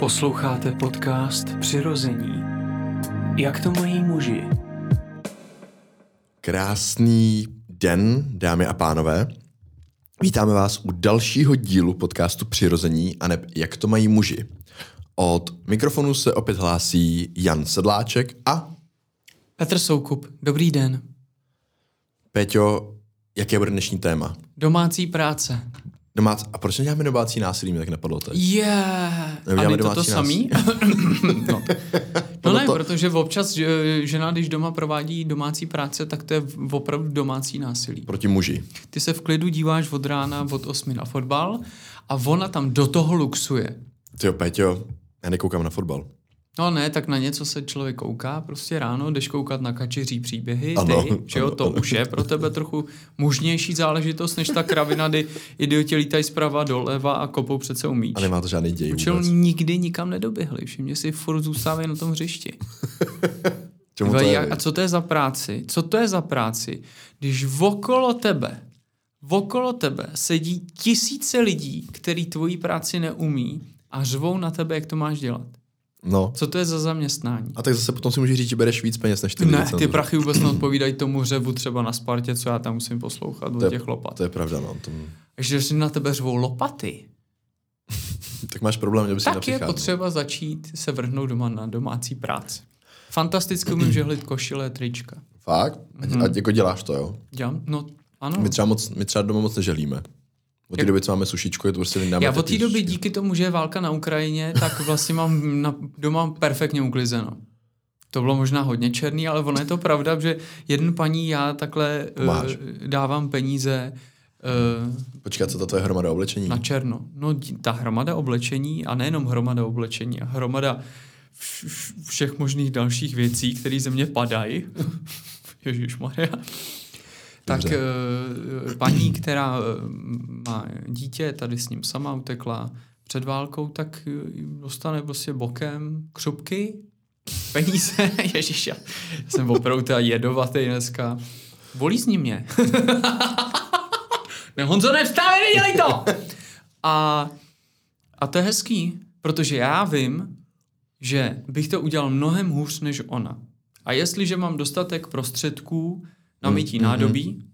Posloucháte podcast Přirození. Jak to mají muži? Krásný den, dámy a pánové. Vítáme vás u dalšího dílu podcastu Přirození a neb Jak to mají muži. Od mikrofonu se opět hlásí Jan Sedláček a Petr Soukup. Dobrý den. Péťo, jaké bude dnešní téma? Domácí práce. A proč neděláme domácí násilí, mě tak napadlo teď. A my to samý? No ne, protože občas žena, když doma provádí domácí práce, tak to je opravdu domácí násilí. Proti muži. Ty se v klidu díváš od rána od 8 na fotbal a ona tam do toho luxuje. Tyjo, Péťo, já nekoukám na fotbal. No ne, tak na něco se člověk kouká, prostě ráno jdeš koukat na kačeří příběhy, ano, že jo, to už je pro tebe trochu mužnější záležitost, než ta kravina, kdy idioti lítají zprava doleva a kopou před sebou míč. A nemá to žádný děj vůbec. Nikdy nikam nedoběhli, všimně si, furt zůstávají na tom hřišti. Čemu to je? A co to je za práci? Co to je za práci, když okolo tebe sedí tisíce lidí, kteří tvoji práci neumí a řvou na tebe, jak to máš dělat? No. Co to je za zaměstnání? A tak zase potom si můžeš říct, že bereš víc peněz než ty lidi. Ne, ty prachy vůbec neodpovídají tomu řevu třeba na Spartě, co já tam musím poslouchat od těch lopat. To je pravda, no. Takže si na tebe řvou lopaty. Tak máš problém, že by si tak napřicházel. je potřeba začít se vrhnout doma na domácí práci. Fantasticky umím žehlit košile, trička. Fakt? A jako děláš to, jo? Dělám? No, ano. My třeba doma moc neželíme. Od té doby, co máme sušičku, je to prostě vyndáme. Já od té doby díky tomu, že je válka na Ukrajině, tak vlastně mám doma perfektně uklizeno. To bylo možná hodně černý, ale ono je to pravda, že jeden paní já takhle dávám peníze. Počkat, co to je hromada oblečení? Na černo. No ta hromada oblečení a nejenom hromada oblečení, a hromada všech možných dalších věcí, které ze mě padají. Ježišmarja. Tak paní, která má dítě, tady s ním sama utekla před válkou, tak dostane prostě bokem křupky, peníze, ježiš, já jsem opravdu teda jedovatý dneska. Volízni mě. Ne, Honzo, nevstávej, nedělej to! A to je hezký, protože já vím, že bych to udělal mnohem hůř než ona. A jestliže mám dostatek prostředků na mytí nádobí,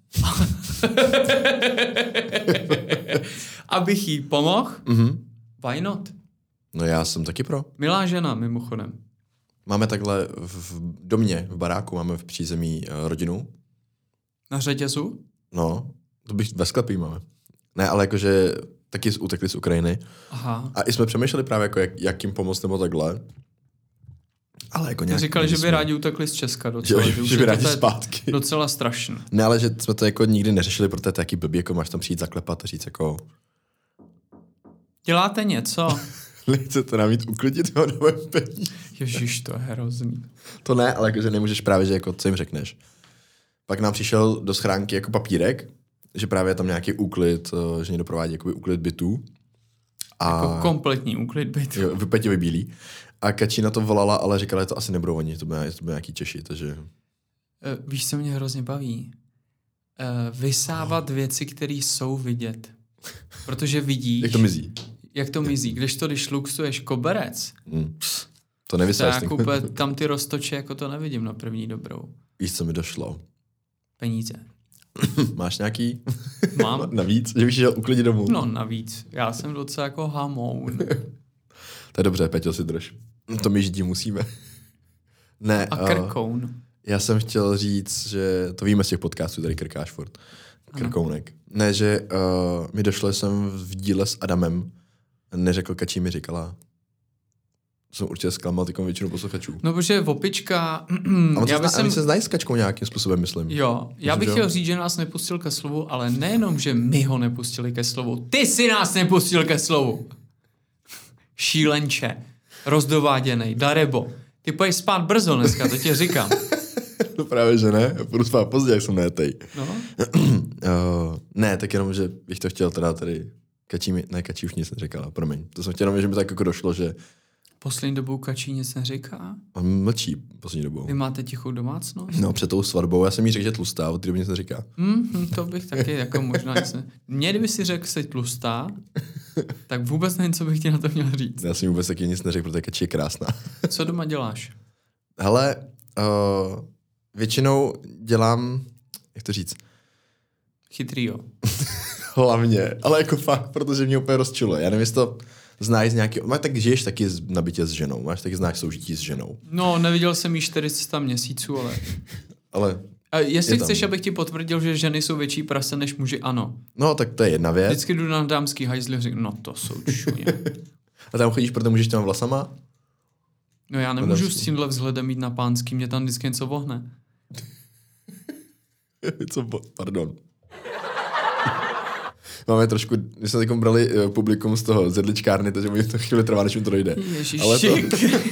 abych jí pomohl, why not? No já jsem taky pro. Milá žena, mimochodem. Máme takhle v domě, v baráku, máme v přízemí rodinu. Na řetězu? No, to bych ve sklepí máme. Ne, ale jakože taky utekli z Ukrajiny. Aha. A i jsme přemýšleli právě, jako jak jim pomoct nebo takhle. Ale jako nějak... Říkali, že by rádi utekli z Česka docela. Že by rádi zpátky. Docela strašné. Ne, ale že jsme to jako nikdy neřešili, protože to je taky blbý, jako máš tam přijít zaklepat a říct jako... Děláte něco? Nechcete nám jít uklidit, jo, dáme peníze. Ježiš, to je hrozný. To ne, ale jakože nemůžeš právě, že jako co jim řekneš. Pak nám přišel do schránky jako papírek, že právě je tam nějaký úklid, že někdo provádí jakoby úklid bytů. A... Jako kompletní úklid bytů. Jo, Petě vybílí. A Kačí na to volala, ale říkala, že to asi nebudou oni, to bude nějaký Češi, takže... Víš, co mě hrozně baví? Vysávat věci, které jsou vidět. Protože vidíš... Jak to mizí. Když luxuješ koberec, to nevysáš. Tak tam ty roztoče, jako to nevidím na první dobrou. Víš, co mi došlo? Peníze. Máš nějaký? Mám. Navíc? Že bych šel uklidit domů? No navíc. Já jsem docela jako hamoun. To je dobře, Peťo, si drž. To my židi musíme. Ne. A krkoun. Já jsem chtěl říct, že to víme z těch podcastů, tady krkáš furt. Krkounek. Ne, že mi došlo, jsem v díle s Adamem neřekl, Kačí mi říkala. Jsem určitě zklamal tykom většinu posluchačů. No, protože opička... A my se znají s Kačkou nějakým způsobem, myslím. Jo, já bych chtěl říct, že nás nepustil ke slovu, ale nejenom, že my ho nepustili ke slovu. Ty jsi nás nepustil ke slovu. Šílenče, rozdováděnej, darebo. Ty pojď spát brzo dneska, to tě říkám. No právě, že ne. Půjdu spát pozdě, jak jsem netej. No. Ne, tak jenom, že bych to chtěl teda tady... Kačí už nic neřekala, promiň. To jsem chtěl jenom, že mi tak jako došlo, že... Poslední dobou Kačí nic neříká? On mlčí poslední dobou. Vy máte tichou domácnost? No, před tou svatbou. Já jsem jí řekl, že tlustá, od té doby nic neříká. To bych taky jako možná nic ne... Mě, kdyby si řekl, jsi tlustá, Tak vůbec nevím, co bych ti na to měl říct. Já jsem vůbec taky nic neřekl, protože kačí je krásná. Co doma děláš? Hele, většinou dělám, jak to říct, Chytrý, jo. hlavně, ale jako fakt, protože mě úplně rozčiluje. Já nevím, jestli to znáš z nějakého, máš tak žiješ taky na bytě s ženou, máš taky znáš soužití s ženou. No, neviděl jsem jí 400 měsíců, ale... A jestli chceš, abych ti potvrdil, že ženy jsou větší prase než muži, ano. No, tak to je jedna věc. Vždycky jdu na dámský hajzli a řeknu, no to jsou čuně. A tam chodíš, protože můžeš těma vlasama? No já nemůžu s tímhle vzhledem jít na pánský, mě tam vždycky něco vohne. Pardon. Máme trošku, my jsme teď brali publikum z toho zedličkárny, takže mi to chvíli trvá, než mi to dojde. Ježiši.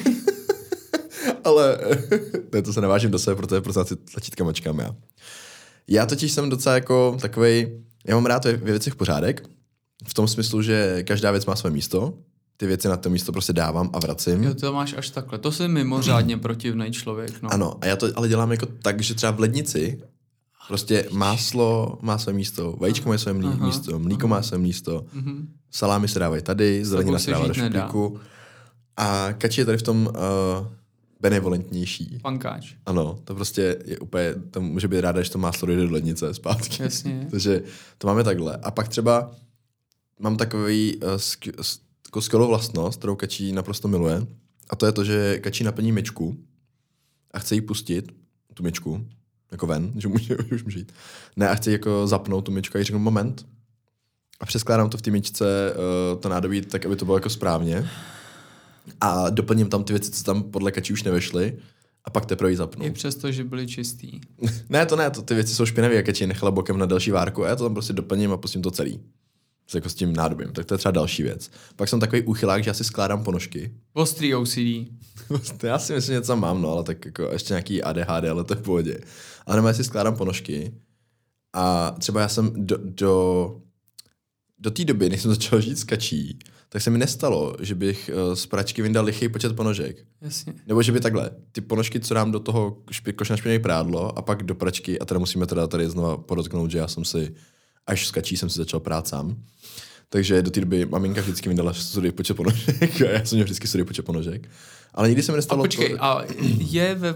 Ale to se nevážím do sebe, protože prostě si tlačítka mačkám já. Já totiž jsem docela jako takovej, já mám rád ve věcech pořádek, v tom smyslu, že každá věc má své místo, ty věci na to místo prostě dávám a vracím. Jo, to máš až takhle, to jsi mimořádně protivnej člověk. No. Ano, a já to ale dělám jako tak, že třeba v lednici prostě máslo má své místo, vajíčko má své místo, mlíko má své místo, salámy se dávají tady, zelenina se dává do šuplíku a kači je tady v tom benevolentnější. Pankáč. Ano, to prostě je úplně, to může být ráda, že to máslo dojde do lednice zpátky. Jasně. Takže to máme takhle. A pak třeba mám takový skvělou vlastnost, kterou kačí naprosto miluje, a to je to, že kačí naplní myčku a chce jí pustit, tu myčku, jako ven, že už může jít. Ne, a chce jako zapnout tu myčku a jí řeknu moment. A přeskládám to v té myčce, to nádobí tak, aby to bylo jako správně. A doplním tam ty věci, co tam podle kačí už nevešly. A pak teprve ji zapnu. I přesto, že byly čistý. Ne, ty věci jsou špinavé, jak kačí nechala bokem na další várku a já to tam prostě doplním a pustím to celý. Jako s tím nádobím. Tak to je třeba další věc. Pak jsem takový úchylák, že já si skládám ponožky. Ostrý OCD. Já si myslím, že něco mám, no, ale tak jako ještě nějaký ADHD, ale to je v pohodě. Ale já si skládám ponožky a třeba já jsem do té doby, než jsem začal žít s kačí, tak se mi nestalo, že bych z pračky vyndal lichý počet ponožek. Jasně. Nebo že by takhle, ty ponožky, co dám do toho koše na špinavé prádlo a pak do pračky, a teda musíme tady znova podotknout, že já jsem si, až s kačí jsem si začal prát sám. Takže do té doby maminka vždycky vyndala sudý počet ponožek a já jsem měl vždycky sudý počet ponožek. Ale nikdy se mi nestalo... A počkej, a je ve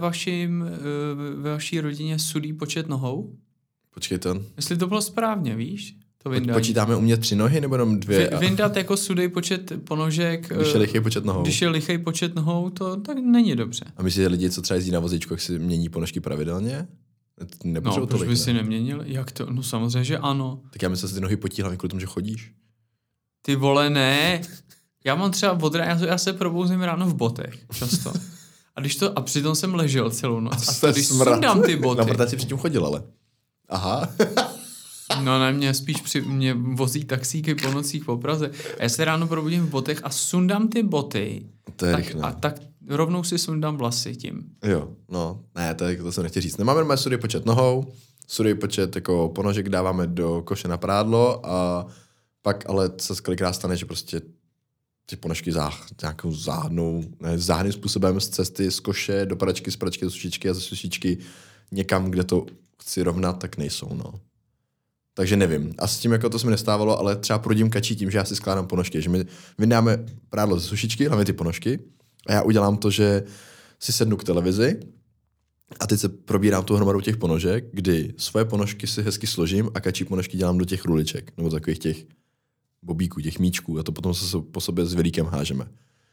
vaší rodině sudý počet nohou? Počkej to. Jestli to bylo správně, víš? To počítáme u mě 3 nohy nebo jenom 2? Vyndat jako sudej počet ponožek... Když je lichý počet nohou. Když je lichý počet nohou, to tak není dobře. A myslíš, že lidi, co třeba jezdí na vozíčku, jak si mění ponožky pravidelně? No, proč by si neměnil? Jak to? No samozřejmě, že ano. Tak já myslím, že ty nohy potíhám kvůli tomu, že chodíš. Ty vole, ne. Já mám třeba já se probouzím ráno v botech, často. A přitom jsem ležel celou noc. A když sundám ty boty... Na protože si předtím chodil, ale. Aha. No ne, mě vozí taxíky po nocích po Praze. A já se ráno probudím v botech a sundám ty boty. To je rychle. A tak rovnou si sundám vlasy tím. Jo, no, ne, to jsem nechtěl říct. Nemáme sudý počet nohou, sudý počet jako ponožek dáváme do koše na prádlo a pak ale se kolikrát stane, že prostě ty ponožky nějakou záhadným způsobem z cesty z koše do pračky, z pračky do sušičky a ze sušičky někam, kde to chci rovnat, tak nejsou, no. Takže nevím. A s tím jako to se mi nestávalo, ale třeba prudím kačí tím, že já si skládám ponožky, že my vydáme prádlo ze sušičky, hlavně ty ponožky, a já udělám to, že si sednu k televizi a teď se probírám tu hromadu těch ponožek, kdy svoje ponožky si hezky složím a kačí ponožky dělám do těch ruliček, nebo takových těch bobíků, těch míčků a to potom se po sobě s velíkem hážeme.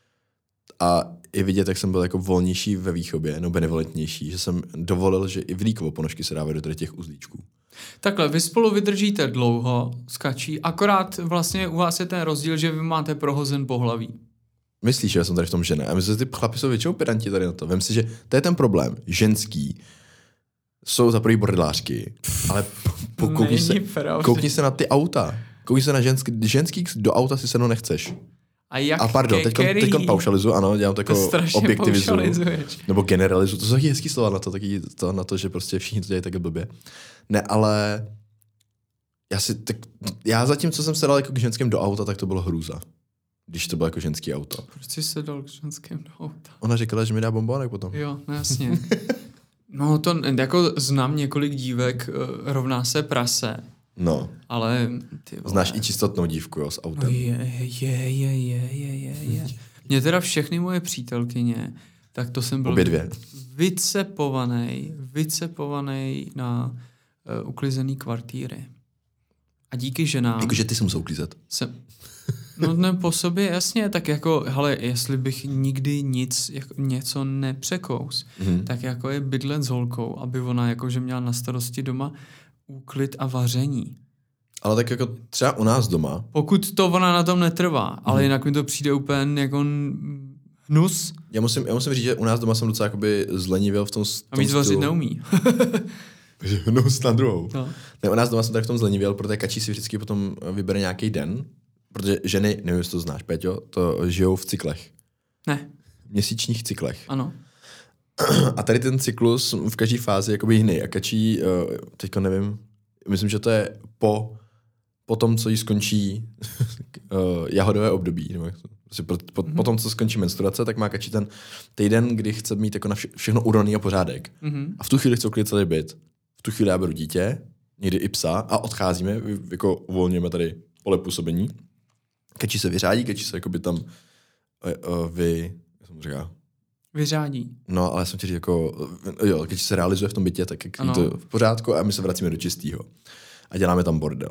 A i vidět, jak jsem byl jako volnější ve výchově, nebo benevolentnější, že jsem dovolil, že i vlíkovo ponožky se dávají do těch uzlíčků. Takhle, vy spolu vydržíte dlouho s kačí, akorát vlastně u vás je ten rozdíl, že vy máte prohozen pohlaví. Myslíš, že já jsem tady v tom žena? A myslím, že ty chlapi jsou většinou pedanti tady na to. Vem si, že to je ten problém. Ženský jsou za prvý bordelářky, ale koukni se na ty auta. Koukni se na ženský do auta si se nechceš. A pardon, teď paušalizu, ano, dělám to jako objektivizu. Nebo generalizu. To jsou taky hezký slova na to, že prostě všichni to dělají tak blbě. Ne, ale já zatím, co jsem se dal jako k ženským do auta, tak to bylo hrůza. Když to bylo jako ženský auto. Proč jsi se dal k ženským do auta? Ona říkala, že mi dá bombónek potom. Jo, no jasně. No to jako znám několik dívek, rovná se prase. No. Ale ty vole. Znáš i čistotnou dívku, jo, s autem. Je. Mě teda všechny moje přítelkyně, tak to jsem byl Obě dvě. vycepovaný na uklizený kvartíry. A díky ženám... Jakože ty se musel uklízet. No ne, po sobě, jasně, tak jako, hele, jestli bych nikdy něco nepřekous, tak jako je bydlet s holkou, aby ona jakože měla na starosti doma úklid a vaření. Ale tak jako třeba u nás doma. Pokud to ona na tom netrvá, ale jinak mi to přijde úplně jako hnus. Já musím říct, že u nás doma jsem docela jakoby zlenivěl v tom A víc vařit neumí. Hnus na druhou. No. Ne, u nás doma jsem tak v tom zlenivěl, protože kačí si vždycky potom vybere nějaký den, protože ženy, nevím, jestli to znáš, Péťo, to žijou v cyklech. Ne. Měsíčních cyklech. Ano. A tady ten cyklus v každé fázi je jakoby jiný. A kačí, teďko nevím, myslím, že to je po tom, co jí skončí jahodové období. Nebo po tom, co skončí menstruace, tak má kačí ten týden, kdy chce mít jako na všechno urovnaný a pořádek. A v tu chvíli chce uklidit celý byt. V tu chvíli já beru dítě, někdy i psa a odcházíme, jako uvolňujeme tady pole působení. Kačí se vyřádí, kačí se jakoby tam jak jsem říkal? Vyřádí. No, ale jsem ti říct, jako, jo, když se realizuje v tom bytě, tak je to v pořádku a my se vracíme do čistého. A děláme tam bordel.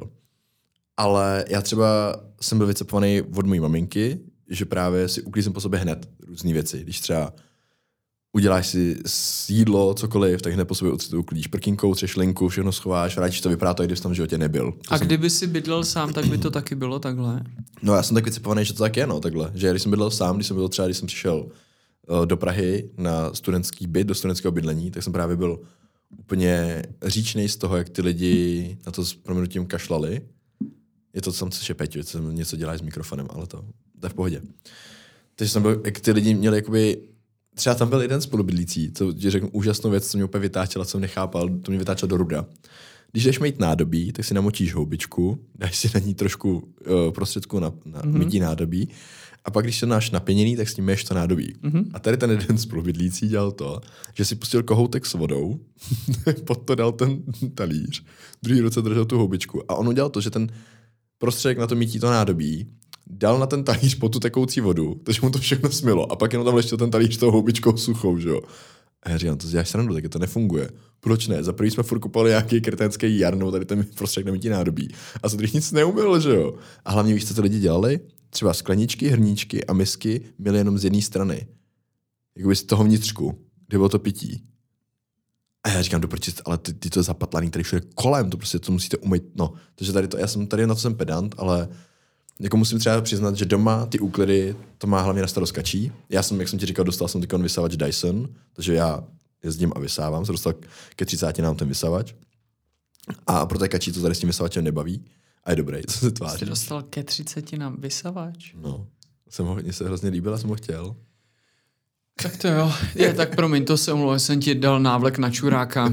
Ale já třeba jsem byl vycepovaný od mojí maminky, že právě si uklízím po sobě hned různé věci. Když třeba uděláš si jídlo, cokoliv, tak hned po sobě uklidíš prkínkou, třešlinku, všechno schováš, vrátíš to, vypadá to, kdyby jsi tam v životě nebyl. A kdyby si bydlel sám, tak by to taky bylo takhle? No, já jsem tak vycepovaný, že to tak je, no, takhle. Že když jsem bydlel sám, když jsem přišel do Prahy na studentský byt, do studentského bydlení, tak jsem právě byl úplně říčnej z toho, jak ty lidi na to s prominutím kašlali. Je to tam, co šepeču, co něco děláš s mikrofonem, ale to je v pohodě. Takže jsem byl, jak ty lidi měli jakoby, třeba tam byl jeden spolubydlící, co ti řeknu úžasnou věc, co mě úplně vytáčela, co jsem nechápal, to mě vytáčelo do ruda. Když jdeš mít nádobí, tak si namočíš houbičku, dáš si na ní trošku prostředku na mytí nádobí a pak, když se máš napěněný, tak s ním myješ to nádobí. A tady ten jeden spolubydlící dělal to, že si pustil kohoutek s vodou, pod to dal ten talíř, druhý ruce držel tu houbičku a on udělal to, že ten prostředek na to mytí to nádobí dal na ten talíř pod tu tekoucí vodu, takže mu to všechno smylo a pak jenom tam leštil ten talíř tou houbičkou suchou, že jo. A já říkám, to děláš srandu, tak to nefunguje. Proč ne? Za první jsme furt kupovali nějaký kretenský jarnou, tady ten prostředek na mytí nádobí. A za druhý nic neumil, že jo. A hlavně víš, co ty lidi dělali? Třeba skleničky, hrníčky a misky měly jenom z jedné strany. Jakoby z toho vnitřku, kde bylo to pití. A já říkám, ale ty to je zapatlaný tady všude kolem, to prostě to musíte umýt. No, takže tady to, já jsem tady na to jsem pedant, ale jako musím třeba přiznat, že doma ty úklidy, to má hlavně na starost kačí. Já jsem, jak jsem ti říkal, dostal jsem teď vysavač Dyson, takže já jezdím a vysávám, jsem dostal ke 30 nám ten vysavač. A pro té kačí to tady s tím vysavačem nebaví. A je dobrý, co se tváří. Jsi dostal ke 30 nám vysavač? No, mně se hrozně líbil a jsem ho chtěl. Tak to jo. Tak promiň, to se omlouvám, jsem ti dal návlek na čuráka.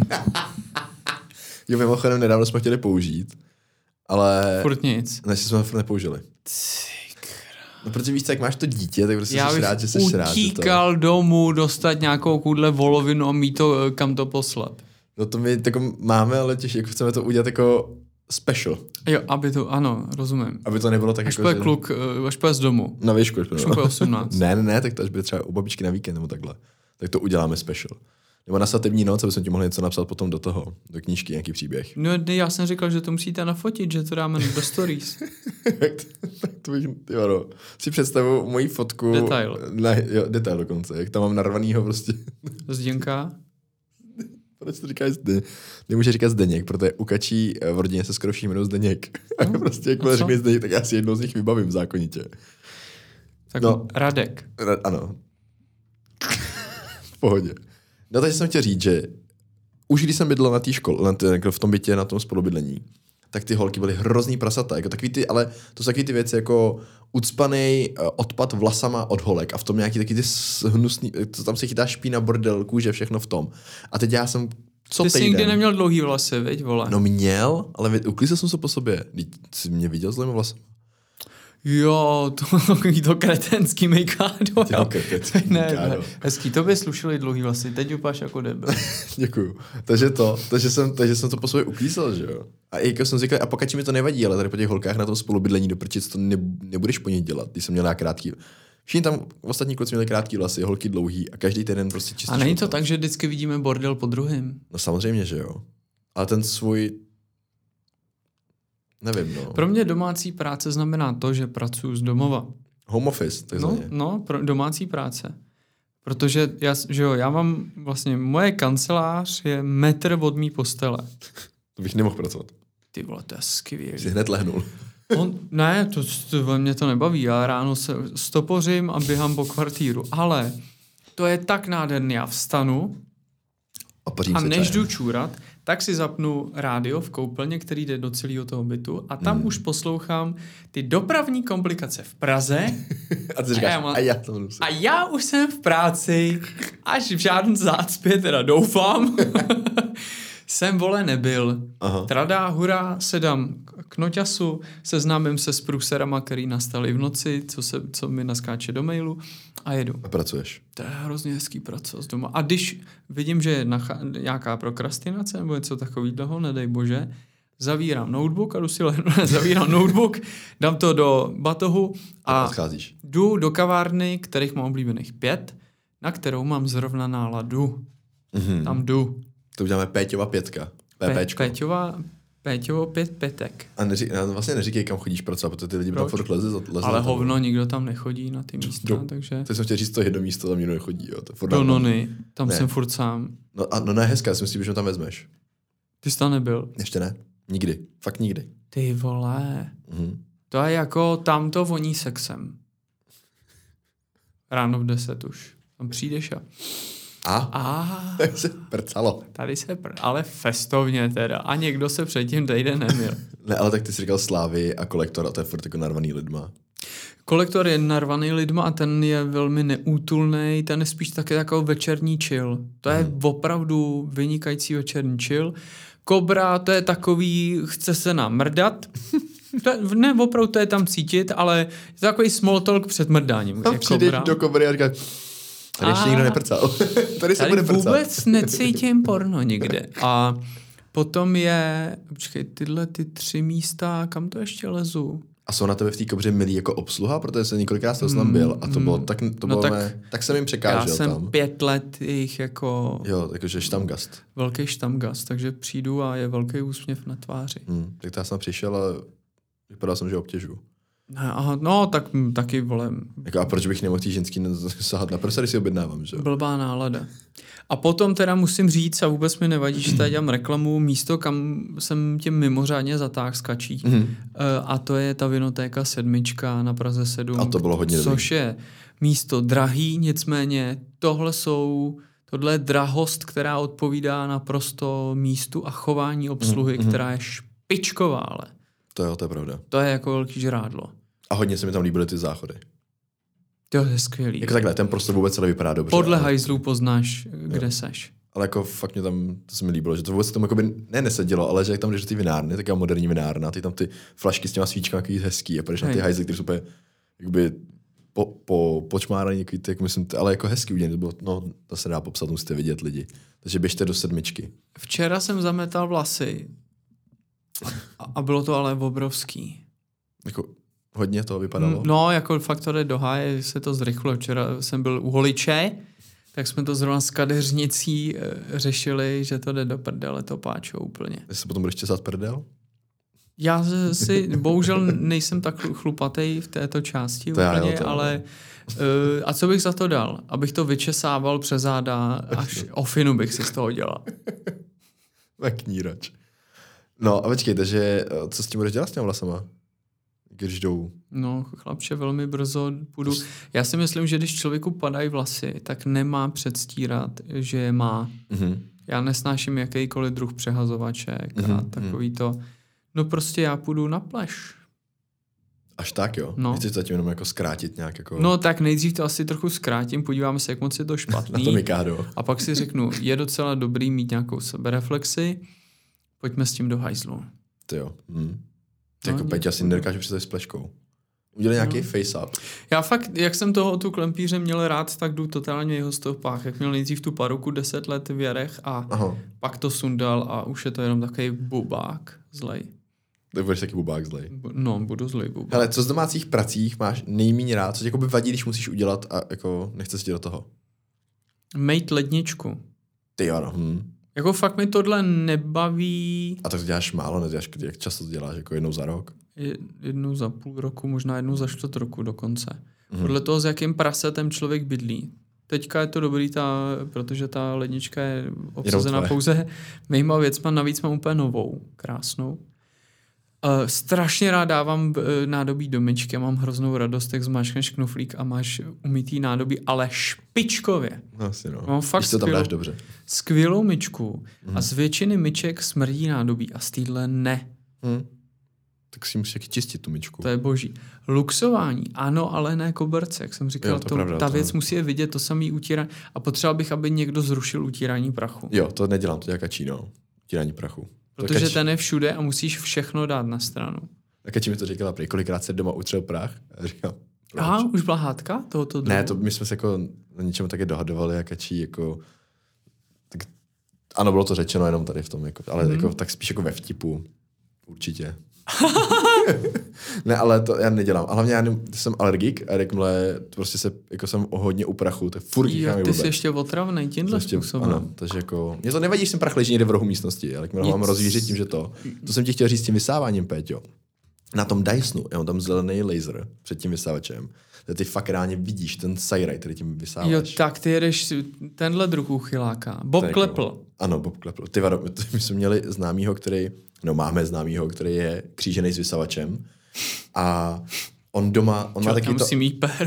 Jo, mimochodem nedávno jsme chtěli použít, ale... Furt nic. Ne, jsme ho furt nepoužili. No, protože víš, jak máš to dítě, tak prostě jsi rád, že jsi rád. Já bych utíkal domů, dostat nějakou kůdle volovinu a mít to, kam to poslat. No to my jako máme, ale těž, jako chceme to udělat jako special. Jo, aby to, ano, rozumím. Aby to nebylo tak až jako, že... kluk, až půjde z domu. Na výšku. Až půjde 18. Ne, tak to až bude třeba u babičky na víkend nebo takhle. Tak to uděláme special. Nebo na svatební noc, aby jsme ti mohli něco napsat potom do knížky, nějaký příběh. No, já jsem říkal, že to musíte nafotit, že to dáme do stories. tak to bych, jo, si představu moji fotku. Detail. Detail dokonce, jak tam mám narvanýho prostě. Zděnka. Proč to říkáš Zdeněk? Nemůže říkat Zdeněk, protože u kačí v rodině se skoro všichni jmenují Zdeněk. A prostě jakmile řekne Zdeněk, tak já si jednou z nich vybavím zákonitě. Tak no, Radek. Ano. V pohodě. No takže jsem chtěl říct, že už když jsem bydlel na té škole, v tom bytě, na tom spolubydlení, tak ty holky byly hrozný prasata. Jako takový ty, ale to jsou takový ty věci jako ucpanej odpad vlasama od holek a v tom nějaký taky ty hnusný, to tam se chytá špína, bordel, kůže, všechno v tom. A teď já jsem Ty jsi nikdy neměl dlouhý vlasy, viď, vole? No měl, ale uklízel jsem se po sobě. Jsi mě viděl s dlouhými vlasy? Jo, to kretenský mejkádo. Kretenský Ne, mejkádo. hezký, to by slušely dlouhý vlasy, teď upáš jako debil. Děkuju. Takže jsem to po sobě uklízel, že jo. A jako jsem říkal, a pokud mi to nevadí, ale tady po těch holkách na tom spolubydlení do prčic to nebudeš po nich dělat, když jsem měl krátký. Všichni tam ostatní kluci měli krátký vlasy, holky dlouhý a každý týden prostě čistý. A není to tak, že vždycky vidíme bordel po druhým? No samozřejmě, že jo. Ale ten svůj nevím, no. Pro mě domácí práce znamená to, že pracuji z domova. Home office, takzvaně. Domácí práce. Protože já mám vlastně, moje kancelář je metr od mý postele. To bych nemohl pracovat. Ty vole, to je skvělý. Jsi hned lehnul. Ne, to mě to nebaví. Já ráno se stopořím a běhám po kvartíru. Ale to je tak nádherný. Já vstanu a než jdu čůrat, tak si zapnu rádio v koupelně, který jde do celého toho bytu a tam už poslouchám ty dopravní komplikace v Praze. A ty říkáš, a já už jsem v práci, až v žádný zácpě, teda doufám, jsem vole nebyl. Aha. Tradá, hurá, sedám k noťasu, seznámím se s průserama, který nastaly v noci, co mi naskáče do mailu a jedu. A pracuješ. To je hrozně hezký pracovat z doma. A když vidím, že je nějaká prokrastinace nebo něco takového, nedej bože, zavírám notebook a zavírám notebook, dám to do batohu a jdu do kavárny, kterých mám oblíbených 5, na kterou mám zrovna náladu. Mm-hmm. Tam jdu. To uděláme Péťova 5. Péťovo 5 petek. A vlastně neříkej, kam chodíš pracovat, protože ty lidi tam furt leze. Ale hovno, nikdo tam nechodí na ty místa, takže... To jsem chtěl říct, to jedno místo, tam nikdo nechodí, jo. Tam jsem furt sám. No ne, hezká, já si myslím, že ho tam vezmeš. Ty jsi tam nebyl? Ještě ne. Nikdy. Fakt nikdy. Ty vole. To je jako, tam to voní sexem. Ráno v 10 už. Tam přijdeš a... Tak se prcalo. Tady se ale festovně teda. A někdo se předtím týden neměl. Ne, ale tak ty jsi říkal Slávy a Kolektor a to je furt jako narvaný lidma. Kolektor je narvaný lidma a ten je velmi neútulný, ten je spíš taky takový večerní chill. To je opravdu vynikající večerní chill. Kobra, to je takový, chce se nám mrdat. Ne, opravdu to je tam cítit, ale je to takový small talk před mrdáním. Tam přijdeš do Kobry a říkáš, tady ještě nikdo neprcal. Tady se bude prcat. Vůbec necítím porno nikde. A potom je, počkej, tyhle ty 3 místa, kam to ještě lezu? A jsou na tebe v té Kobře milí jako obsluha, protože jsem několikrát s tam byl a to bylo tak jsem jim překážel. Já jsem tam. 5 let jich jako... Jo, jakože štamgast. Velký štamgast, takže přijdu a je velký úsměv na tváři. Tak já jsem přišel a vypadal jsem, že obtěžuju. Aha, no, tak taky volem. Jako, a proč bych nemohl tý ženský sahat na prsa, když si objednávám, že? Blbá nálada. A potom teda musím říct, a vůbec mi nevadí, že tady dělám reklamu, místo, kam jsem tím mimořádně zatáhl skačí. A to je ta Vinotéka 7 na Praze 7. A to bylo hodně což je místo drahý, nicméně tohle je drahost, která odpovídá naprosto místu a chování obsluhy, která je špičková, ale. To je pravda. To je jako velký žrádlo. A hodně se mi tam líbily ty záchody. To je skvělý. Jako takhle, ten prostor vůbec celý vypadá dobře. Podle hajzlů poznáš, kde seš. Ale jako fakt mě tam, to se mi líbilo, že to vůbec tomu jakoby nesedělo, ale že jak tam jdeš do ty vinárny, taková moderní vinárna, ty tam ty flašky s těma svíčkami takový hezký a půjdeš na ty hajzly, které jsou úplně jakoby počmáraný, jako myslím, ale jako hezký udělaný, to se dá popsat, musíte vidět lidi. Takže běžte do 7. Včera jsem zametal vlasy a bylo to ale obrovský. Jako hodně to vypadalo? No, jako fakt to jde do háje, se to zrychlilo. Včera jsem byl u holiče, tak jsme to zrovna s kadeřnicí řešili, že to jde do prdele, to páčou úplně. Ty se potom budeš česat prdel? Já si bohužel nejsem tak chlupatej v této části úplně, ale a co bych za to dal? Abych to vyčesával přes záda, až ofinu bych si z toho dělal. Knírač. No a počkej, takže co s tím budeš dělat s těmi vlasama? Když jdou? No, chlapče, velmi brzo půjdu. Já si myslím, že když člověku padají vlasy, tak nemá předstírat, že je má. Já nesnáším jakýkoliv druh přehazovaček a takový to. No prostě já půjdu na pleš. Až tak, jo? No. Chceš zatím jenom jako zkrátit nějak jako... No tak nejdřív to asi trochu zkrátím, podíváme se, jak moc je to špatný. Na to Mikado. A pak si řeknu, je docela dobrý mít nějakou sebereflexi, pojďme s tím do hajzlu. Ty jo. Ty jako Peťa si nedokážu představit s pleškou. Udělej nějaký face-up. Já fakt, jak jsem toho tu klempíře měl rád, tak jdu totálně jeho stopách. Jak měl nejdřív tu paruku 10 let v jarech a pak to sundal a už je to jenom takový bubák zlej. Tak budeš taky bubák zlej. No, budu zlej bubák. Hele, co z domácích pracích máš nejméně rád? Co tě jakoby vadí, když musíš udělat a jako nechce si do toho? Mejt ledničku. Ty jo, Jako fakt mi tohle nebaví. A to děláš málo, neděláš, jak často to děláš? Jako jednou za rok? Jednou za půl roku, možná jednou za čtvrt roku dokonce. Podle toho, s jakým prasetem člověk bydlí. Teďka je to dobrý, protože ta lednička je obsazena pouze mýma věcma, navíc mám úplně novou, krásnou. Strašně rád dávám nádobí do myčky a mám hroznou radost, jak zmáčkneš knoflík a máš umytý nádobí, ale špičkově. Asi no. Mám fakt to tam dáš dobře. Skvělou myčku a z většiny myček smrdí nádobí a z týhle ne. Tak si musíš taky čistit tu myčku. To je boží. Luxování, ano, ale ne koberce, jak jsem říkal. Jo, to pravda, ta věc musí je vidět, to samý utírání. A potřeboval bych, aby někdo zrušil utírání prachu. Jo, to nedělám, to dělá Kačí, no. Utírání prachu. Protože ten je všude a musíš všechno dát na stranu. A Kačí mi to říkala, prý, kolikrát se doma utřel prach. A říkám, aha, už byla hádka tohoto druhu? Ne, to my jsme se jako na něčem také dohadovali a Kačí jako... Tak, ano, bylo to řečeno jenom tady v tom, jako, ale jako, tak spíš jako ve vtipu. Určitě. Ne, ale to já nedělám. A hlavně já jsem alergik a jakmile prostě jako jsem hodně u prachu, tak furt jo, ty jsi ještě otravnej tímhle způsobem. Ano, takže jako... Mně to nevadí, že jsem prach leží někde v rohu místnosti, ale jakmile mám rozvířit tím, že to jsem ti chtěl říct s tím vysáváním, Péťo. Na tom Dysonu, já mám tam zelený laser před tím vysávačem. Ty fakt reálně vidíš ten sajraj, který tím vysáváš. Jo, tak ty jedeš tenhle druh úchyláka. Bob Klepl. Ano, Bob Klepl. My jsme měli známýho, máme známýho, který je křížený s vysavačem a on doma, on má takový musí mít péro.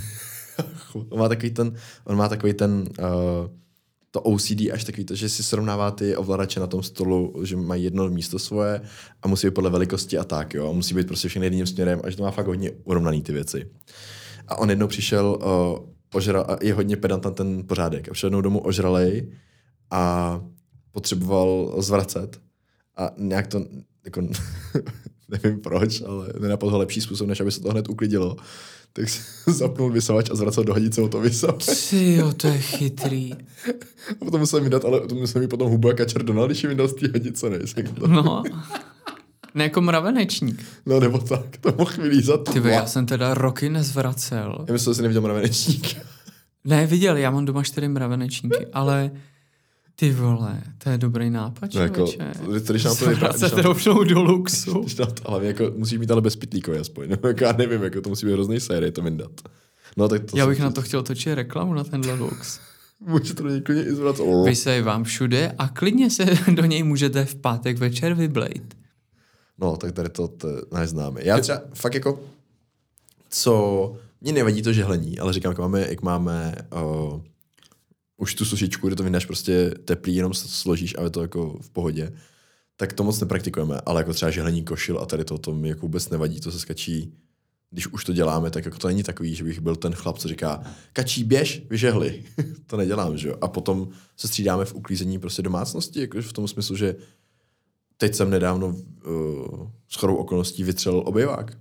On má takový ten to OCD až takový to, že si srovnává ty ovladače na tom stolu, že mají jedno místo svoje a musí být podle velikosti a tak, jo. Musí být prostě všechny jedním směrem a že to má fakt hodně urovnaný ty věci. A on jednou přišel, ožral, a je hodně pedant ten pořádek. A přišel jednou domů ožralej a potřeboval zvracet. A nějak to, jako, nevím proč, ale nenapadl ho lepší způsob, než aby se to hned uklidilo. Tak zapnul vysavač a zvracel do hadice o to vysavač. Jo, to je chytrý. A potom musel mi dát, ale to musel mi potom hubu a kačer Donald, když mi dal z té hadice, ne? No. Ne jako mravenečník. No nebo tak, to mohl vylízat. Ty já jsem teda roky nezvracel. Já myslel, že jsi neviděl mravenečník. Ne, viděl, já mám doma 4 mravenečníky, ale ty vole, to je dobrý nápad, člověče. Zvracet rovnou do luxu. Ale jako musíš mít ale bez pitlíkové aspoň. No, jako já nevím, jako to musí být hrozný série to vyndat. No, tak to já bych na to chtěl točit reklamu na tenhle lux. Může to klidně i zvracet. Vysej vám všude a klidně se do něj můžete v pátek večer vyblejt. No, tak tady to neznáme. Já třeba fakt jako, co mě nevadí to žehlení, ale říkám, jak máme už tu sušičku, kde to vydáš prostě teplý, jenom složíš a je to jako v pohodě, tak to moc nepraktikujeme, ale jako třeba žehlení košil a tady to mi jako vůbec nevadí, to se Kačí, když už to děláme, tak jako to není takový, že bych byl ten chlap, co říká, Kačí, běž, vyžehli. To nedělám, že jo. A potom se střídáme v uklízení prostě domácnosti, jako v tom smyslu, že teď jsem nedávno shodou okolností vytřel obejvák.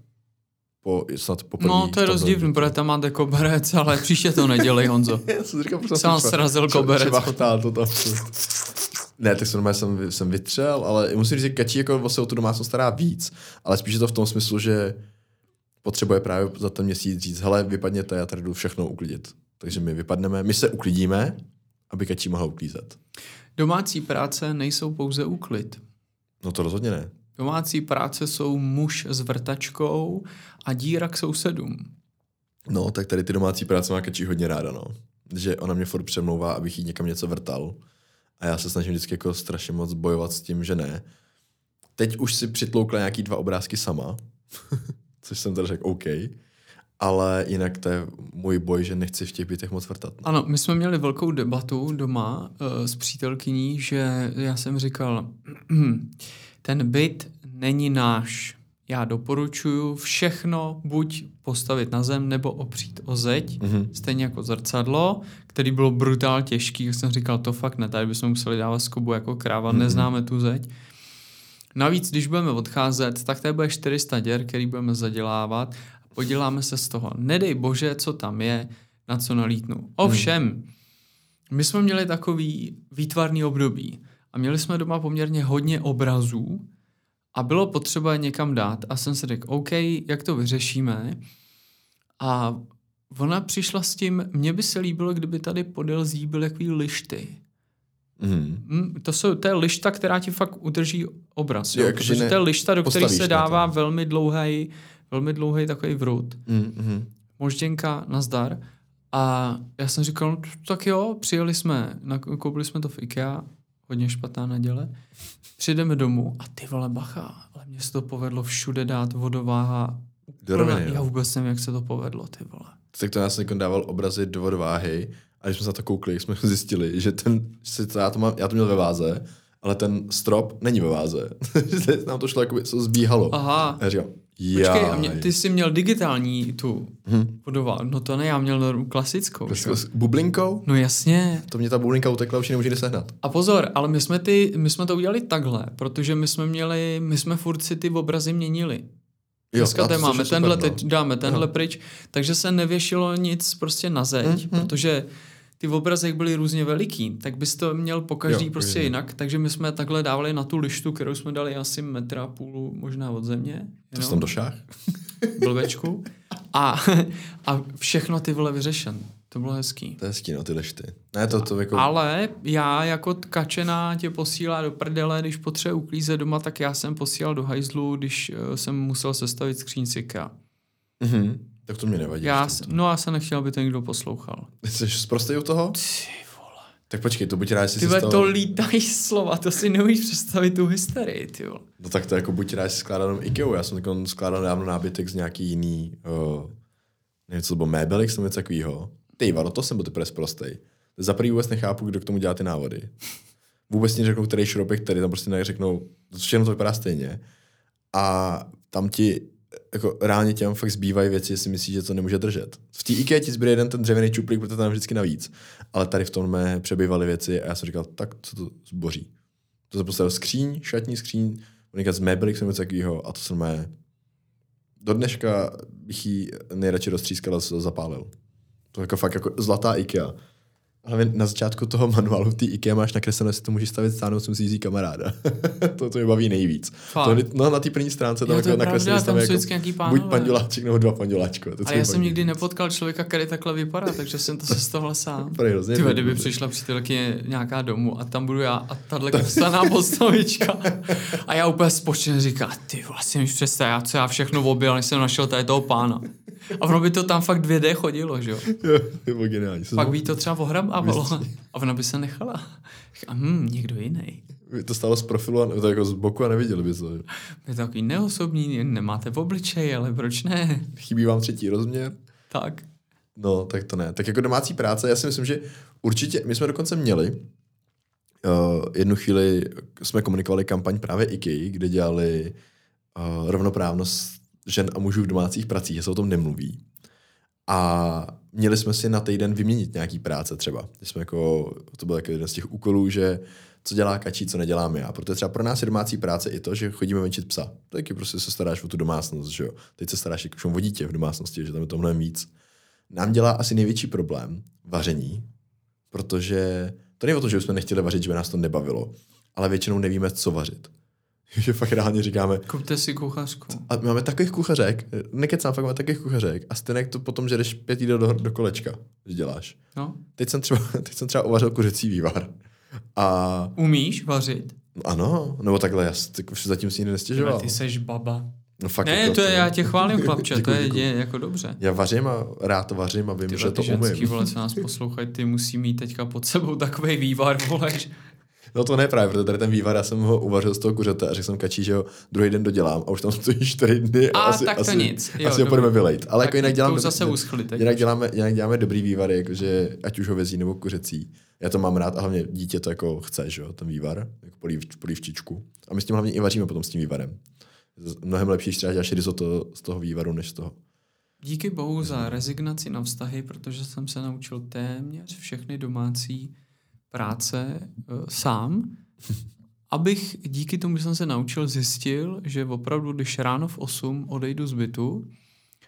No, to je dost divný, protože tam máte koberec, ale příště to nedělej, Honzo. Já jsem říkal, jsem srazil koberec. To tam. Ne, tak jsem vytřel, ale musím říct, že Kačí jako se o tu domácnost stará víc, ale spíš je to v tom smyslu, že potřebuje právě za ten měsíc říct, hele, vypadněte, já tady jdu všechno uklidit. Takže my vypadneme, my se uklidíme, aby Kačí mohla uklízet. Domácí práce nejsou pouze úklid. No to rozhodně ne. Domácí práce jsou muž s vrtačkou a díra k sousedům. No, tak tady ty domácí práce má Kačí hodně ráda, no. Že ona mě furt přemlouvá, abych jí někam něco vrtal. A já se snažím vždycky jako strašně moc bojovat s tím, že ne. Teď už si přitloukla nějaký 2 obrázky sama, což jsem teda řekl OK, ale jinak to je můj boj, že nechci v těch bytech moc vrtat. No. Ano, my jsme měli velkou debatu doma s přítelkyní, že já jsem říkal, ten byt není náš. Já doporučuju všechno buď postavit na zem, nebo opřít o zeď, stejně jako zrcadlo, který bylo brutál těžký, jak jsem říkal, to fakt ne, tady bychom museli dávat skobu jako kráva, neznáme tu zeď. Navíc, když budeme odcházet, tak tady bude 400 děr, který budeme zadělávat. poděláme se z toho. Nedej bože, co tam je, na co nalítnu. Ovšem, my jsme měli takový výtvarný období a měli jsme doma poměrně hodně obrazů a bylo potřeba je někam dát a jsem si řekl, OK, jak to vyřešíme? A ona přišla s tím, mně by se líbilo, kdyby tady podél zdí byly takový lišty. To je lišta, která ti fakt udrží obraz. Jo? Protože to je lišta, do které se dává velmi dlouhý takový vrut. Možděnka, nazdar. A já jsem říkal, no, tak jo, přijeli jsme, koupili jsme to v IKEA, hodně špatná neděle, přijdeme domů a ty vole bacha, ale mně se to povedlo všude dát vodováha. Já vůbec nevím, jak se to povedlo, ty vole. Tak to já jsem dával obrazy do vodováhy a když jsme se na to koukli, jsme zjistili, že já to měl ve váze, ale ten strop není ve váze. Nám to šlo, jako se zbíhalo. Aha. A já říkám, počkej, ty jsi měl digitální tu vodováhu. No to ne, já měl klasickou. S bublinkou? No jasně. To mě ta bublinka utekla, už ji nemůžu sehnat. A pozor, ale my jsme to udělali takhle, protože my jsme furt si ty obrazy měnili. Dneska tady máme tenhle, teď dáme tenhle pryč, takže se nevěšilo nic prostě na zeď, protože ty v obrazech byly různě veliký, tak bys to měl pokaždý prostě jinak, takže my jsme takhle dávali na tu lištu, kterou jsme dali asi 1,5 metru možná od země. To jsi tam došáhl? Blbečku. A všechno ty vole vyřešen. To bylo hezký. To je hezký, no, ty lišty. Ne, to jako... Ale já jako kačena tě posílá do prdele, když potřebuje uklízet doma, tak já jsem posílal do hajzlu, když jsem musel sestavit skříň Sika. Tak to mě nevadí. Já jsem nechtěl, aby to někdo poslouchal. Jsi zprostej u toho? Ty vole. Tak počkej, to buď rád, jestli si to lítají slova, to si neumíš představit tu hysterii, ty vole. No tak to jako buď rád, si skládal jenom IKEA, já jsem skládal dávno nábytek z nějaký jiný, nevím, co to bylo, mébelek, jsem něco takovýho. Ty vado, to jsem byl teprve sprostej. Za prvý vůbec nechápu, kdo k tomu dělá ty návody. Vůbec ní řeknou, který šroubek, který tam prostě neřeknou, všechno to vypadá stejně. A tam ti jako reálně těm fakt zbývají věci, jestli myslíš, že to nemůže držet. V té IKEA ti zbyde jeden ten dřevěný čuplík, protože tam vždycky navíc. Ale tady v tom mé přebývaly věci a já jsem říkal, tak co to zboří. To jsem postavil skříň, šatní skříň, z mébelek jsem něco takového a to jsem mé... Do dneška bych ji nejradši roztřískal a zapálil. To jako fakt jako zlatá IKEA. Ale na začátku toho manuálu v té IKEA máš nakreslené, jestli to můžeš stavit stáhnout, si musíš vzít kamaráda. to mě baví nejvíc. No na té první stránce tam jako nakreslené tam jako buď panduláček nebo 2 panduláčka. Ale já jsem nikdy nepotkal člověka, který takhle vypadá, takže jsem to sestavil sám. Tyhle, kdyby přišla přítelkyně nějaká domů a tam budu já a tahle křesťaná postavička. A já úplně spočně říkám, ty vlastně mi představ, co já všechno objel, než jsem našel tady toho pána. A ono by to tam fakt 2D chodilo, že jo? Jo, geniální. Pak by to třeba ohrabávalo a ona by se nechala. Někdo jiný. To stálo z profilu, to jako z boku a neviděli by to. Je to takový neosobní, nemáte v obličeji, ale proč ne? Chybí vám 3. rozměr? Tak. No, tak to ne. Tak jako domácí práce, já si myslím, že určitě, my jsme dokonce měli, jednu chvíli jsme komunikovali kampaň právě IKEA, kde dělali rovnoprávnost žen a mužů v domácích pracích, že se o tom nemluví. A měli jsme si na týden vyměnit nějaký práce třeba. Jsme jako, to byl jako jeden z těch úkolů, že co dělá Kačí, co nedělám já. Protože třeba pro nás je domácí práce i to, že chodíme venčit psa. Taky prostě se staráš o tu domácnost, že jo. Teď se staráš jako o dítě v domácnosti, že tam je to mnohem víc. Nám dělá asi největší problém vaření, protože to není o tom, že jsme nechtěli vařit, že by nás to nebavilo, ale většinou nevíme, co vařit. Že fakt reálně říkáme... Kupte si kuchařku. A máme takových kuchařek, nekecám, fakt máme takových kuchařek a stejně to potom, že jdeš 5 jídel do kolečka, že děláš. No. Teď jsem třeba uvařil kuřecí vývar. A... Umíš vařit? Ano, nebo takhle, já zatím si nikdy nestěžoval. Ty seš baba. No fakt ne, jako to je, já tě chválím, chlapče, děkuji, to je jako dobře. Já vařím a rád vařím a vím, že to umím. Ty vole, co nás poslouchají, ty musí mít teďka pod sebou takovej vývar, voleš. No to ne právě, protože tady ten vývar, já jsem ho uvařil z toho kuřete a řekl jsem Kačí, že ho druhý den dodělám a už tam stojí 4 dny. A asi, tak to nic. Asi ho půjdeme vylejt. Ale tak jako jinak děláme, zase uschli, jinak děláme dobrý vývary, jakože ať už ho vezí nebo kuřecí. Já to mám rád a hlavně dítě to jako chce, že jo, ten vývar, jako polívčičku. A my s tím hlavně i vaříme potom s tím vývarem. Mnohem lepší, když třeba děláš risotto z toho vývaru, než z toho. Díky bohu za rezignaci na vztahy, protože jsem se naučil téměř všechny domácí práce sám, abych díky tomu, že jsem se naučil, zjistil, že opravdu, když ráno v 8 odejdu z bytu,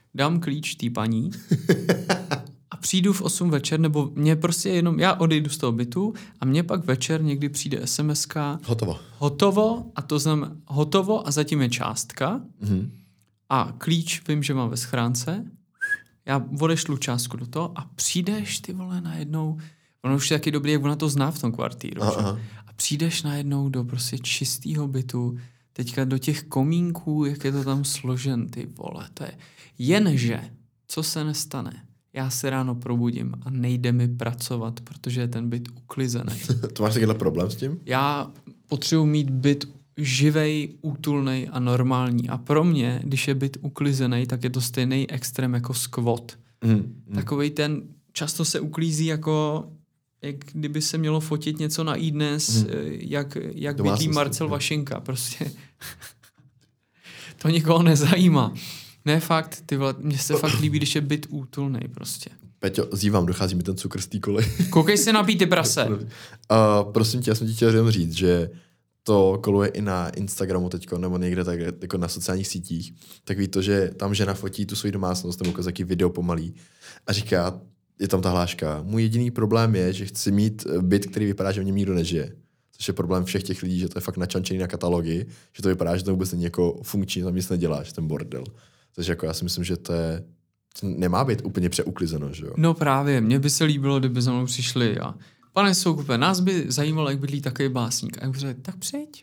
dám klíč té paní a přijdu v 8 večer, nebo mě prostě jenom, já odejdu z toho bytu a mně pak večer někdy přijde SMS-ka. Hotovo a to znamená hotovo a zatím je částka a klíč vím, že mám ve schránce. Já odešlu částku do toho a přijdeš, ty vole, najednou, ono už je taky dobrý, jak ona to zná v tom kvartíru. A přijdeš najednou do prostě čistého bytu, teďka do těch komínků, jak je to tam složen, ty vole, to je. Jenže, co se nestane? Já se ráno probudím a nejde mi pracovat, protože je ten byt uklizený. To máš takovýhle problém s tím? Já potřebuji mít byt živej, útulnej a normální. A pro mě, když je byt uklizený, tak je to stejný extrém jako squat. Takovej ten, často se uklízí jako, jak kdyby se mělo fotit něco na iDnes, jak bydlí Marcel Vašinka. Prostě to nikoho nezajímá. Ne, fakt, ty vole, mně se fakt líbí, když je byt útulnej prostě. Peťo, zívám, dochází mi ten cukr z té koly. Koukej se na ty prase. Prosím tě, já jsem ti chtěl jenom říct, že to koluje i na Instagramu teďko, nebo někde tak jako na sociálních sítích, tak ví to, že tam žena fotí tu svoji domácnost, nebo jaký video pomalý a říká, je tam ta hláška, můj jediný problém je, že chci mít byt, který vypadá, že v něm nikdo nežije. Což je problém všech těch lidí, že to je fakt načančený na katalogy, že to vypadá, že to vůbec není jako funkční, tam nic neděláš, ten bordel. Takže jako já si myslím, že to nemá být úplně přeuklizeno, že jo? No právě, mně by se líbilo, kdyby za mnou přišli a pane Soukupe, nás by zajímalo, jak bydlí takový básník. A já bych řekl, tak přijď.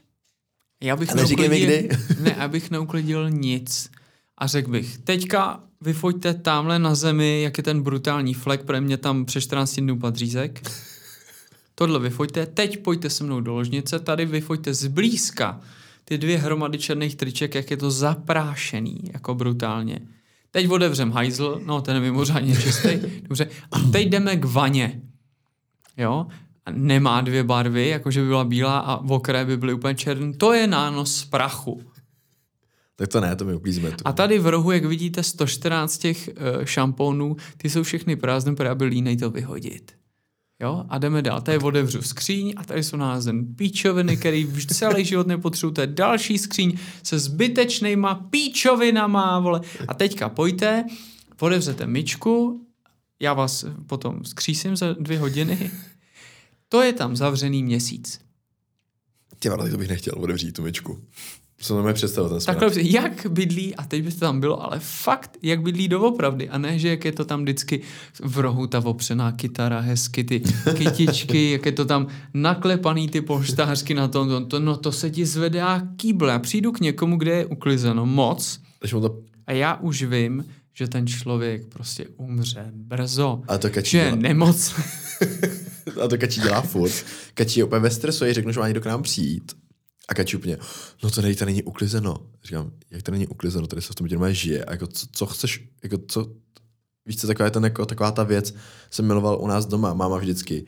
Abych neuklidil nic. A řekl bych, teďka vyfoďte tamhle na zemi, jak je ten brutální flek, pro mě tam přes 14 dnů padřízek. Tohle vyfoďte, teď pojďte se mnou do ložnice, tady vyfoďte zblízka ty 2 hromady černých triček, jak je to zaprášený, jako brutálně. Teď otevřem hajzl, no ten je mimořádně čistý, dobře, a teď jdeme k vaně. Jo? A nemá 2 barvy, jakože by byla bílá a v okraji by byly úplně černý. To je nános z prachu. Tak to ne, to my uklízíme tu. A tady v rohu, jak vidíte, 114 těch šampónů, ty jsou všechny prázdné, protože by línej to vyhodit. Jo? A jdeme dál. Tady otevřu skříň a tady jsou nalezen píčoviny, který celý život nepotřebujete. Další skříň se zbytečnýma píčovinama, vole. A teďka pojďte, otevřete myčku, já vás potom skřísím za 2 hodiny. To je tam zavřený měsíc. Ty vole, to bych nechtěl otevřít tu myčku. Co nám je představit ten smrad. Takhle, jak bydlí, a teď by to tam bylo, ale fakt, jak bydlí doopravdy. A ne, že jak je to tam vždycky v rohu ta opřená kytara, hezky ty kytičky, jak je to tam naklepaný ty polštářky na tom, to se ti zvedá kýble. Já přijdu k někomu, kde je uklizeno moc a já už vím, že ten člověk prostě umře brzo. A to Kačí že je nemoc. A to Kačí dělá furt. Kačí je úplně ve stresu, řeknu, že má někdo k nám přijít. A Kačí úplně, no to tady není uklizeno. Říkám, jak to není uklizeno, tady se v tom dělá žije. A jako, co chceš, jako co, víš co, taková ta věc jsem miloval u nás doma. Máma vždycky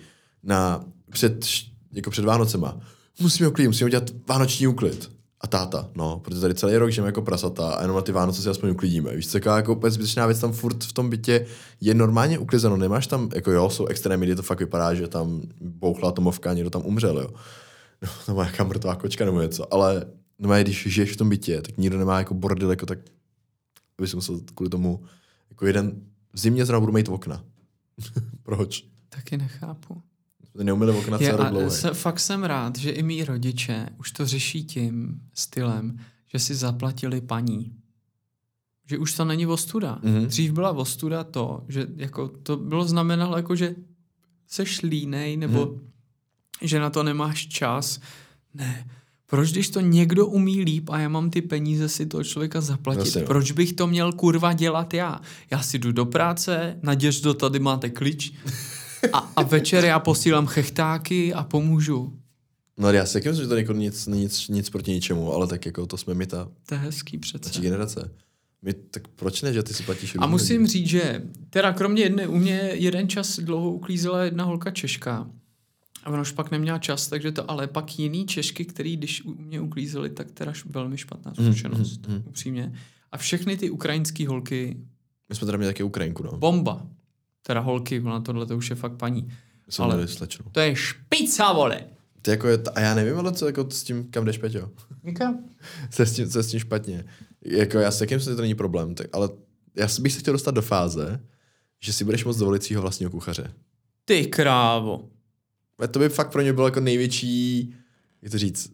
před Vánocema. Musíme udělat vánoční úklid. A táta, no, protože tady celý rok žijeme jako prasata a jenom na ty Vánoce si aspoň uklidíme. Víš co, taková jako úplně zbytečná věc tam furt v tom bytě je normálně uklizeno. Nemáš tam, jako jo, jsou extrémy, kdy to fakt vypadá, že tam bouchla atomovka a někdo tam umřel, jo. No, to má jaká mrtvá kočka nebo něco, ale no, když žiješ v tom bytě, tak nikdo nemá jako bordel, jako tak, aby si musel kvůli tomu, jako v zimě zrovna budu mít okna. Proč? Taky nechápu. Neuměli okna celé dlouhé. Fakt jsem rád, že i mý rodiče už to řeší tím stylem, že si zaplatili paní. Že už to není ostuda. Dřív byla ostuda to, že jako to bylo znamenalo, jako, že seš línej, nebo že na to nemáš čas. Ne. Proč, když to někdo umí líp a já mám ty peníze si toho člověka zaplatit? Zase, proč bych to měl kurva dělat já? Já si jdu do práce, Naděždo, tady máte klíč a večer já posílám chechtáky a pomůžu. No já si taky myslím, že to jako nic proti ničemu, ale tak jako to jsme my ta... To je hezký přece. Generace. Tak proč ne, že ty si platíš? A musím říct, že teda kromě u mě jeden čas dlouho uklízela jedna holka Češka. A ona už pak neměla čas, takže to, ale pak jiný Češky, který když u mě uklízeli, tak teda velmi špatná zkušenost, upřímně. A všechny ty ukrajinský holky... My jsme teda měli taky Ukrajinku, no. Bomba. Teda holky, ona tohle to už je fakt paní. Ale to je špica, vole. To jako a já nevím, ale co jako s tím, kam jdeš, Peťo? Nikam. Co s tím špatně. Jako já si taky myslím, že to není problém, tak, ale já bych se chtěl dostat do fáze, že si budeš moct dovolit svýho vlastního kuchaře. Ty krávo. A to by fakt pro ně bylo jako největší, jak to říct,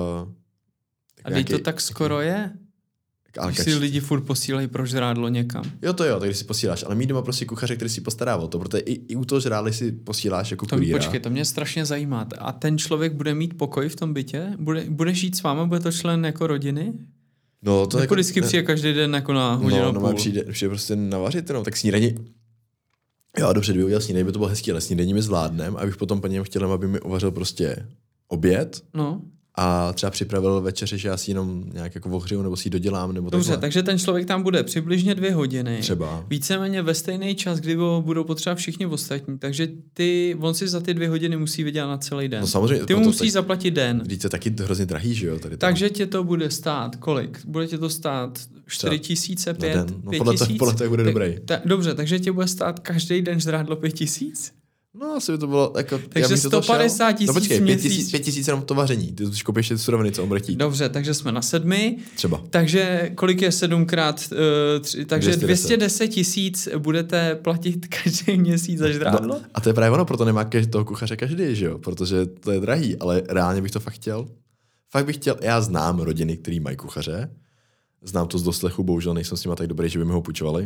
A teď to tak skoro je? Když si lidi furt posílají pro žrádlo někam. Jo, to jo, tak když si posíláš, ale mít doma prostě kuchaře, který si postará o to, protože i u toho žrádla si posíláš jako kurýra. Počkej, to mě strašně zajímá. A ten člověk bude mít pokoj v tom bytě? Bude žít s váma? Bude to člen jako rodiny? No, to jako vždycky přijde každý den jako na hodinu půl. Přijde prostě navařit, no, tak snídani. Jo, dobře, kdyby udělal snídani, by to bylo hezký, ale snídani mi zvládnem, abych potom po něm chtěl, aby mi uvařil prostě oběd. No. A třeba připravil večeři, že já si jenom nějak jako ohřeju, nebo si ji dodělám, nebo dobře, takhle. Takže ten člověk tam bude přibližně 2 hodiny. Třeba. Víceméně ve stejný čas, kdy budou potřeba všichni ostatní. Takže on si za ty 2 hodiny musí vydělat na celý den. No samozřejmě. Ty mu musíš zaplatit den. Vždyť to je taky hrozně drahý, že jo? Tady takže tě to bude stát kolik? Bude tě to stát 4 000, 5 000? No, podle toho bude dobrý. Dobře, takže tě bude stát každý den žrádlo 5 000? No, asi by to bylo jako... Takže 150 000 no, počkej, měsíc. 5 000 jenom to vaření. Ty už koupíš suroviny, co omrtí. Dobře, takže jsme na 7. Třeba. Takže kolik je 7 krát 3? Takže 210 000 budete platit každý měsíc za žrádlo? No, a to je právě ono, proto nemá toho kuchaře každý, že jo? Protože to je drahý, ale reálně bych to fakt chtěl. Fakt bych chtěl, já znám rodiny, který mají kuchaře. Znám to z doslechu, bohužel nejsem s nimi tak dobrý, že by mi ho půjčovali.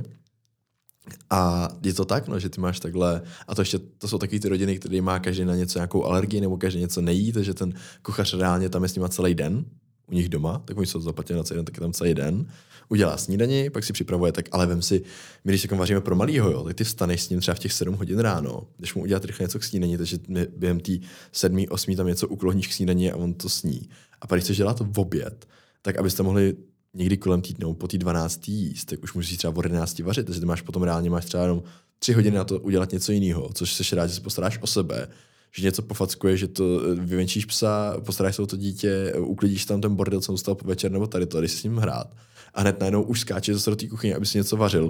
A je to tak, no, že ty máš takhle, a to ještě, to jsou takový ty rodiny, které má každý na něco nějakou alergii, nebo každý něco nejí, takže ten kuchař reálně tam je s nima celý den, u nich doma, tak oni jsou zaplatili na celý den, tak je tam celý den, udělá snídani, pak si připravuje, tak ale vem si, my když se vaříme pro malýho, jo, tak ty vstaneš s ním třeba v těch 7 hodin ráno, když mu udělat rychle něco k snídani, takže během té 7, 8 tam něco uklohníš k snídani a on to sní. A pak když chceš dělat to v oběd, tak abyste mohli někdy kolem týdnu po té 12. jíst, tak už musíš třeba o 11 vařit, takže ty máš potom reálně třeba jenom 3 hodiny na to udělat něco jiného, což seš rád, že se postaráš o sebe, že něco pofackuješ, že to vyvenčíš psa, postaráš se o to dítě, uklidíš tam ten bordel, co dostal po večer nebo tady to, když si s ním hrát. A hned najednou už skáčeš zase do té kuchyně, aby si něco vařil.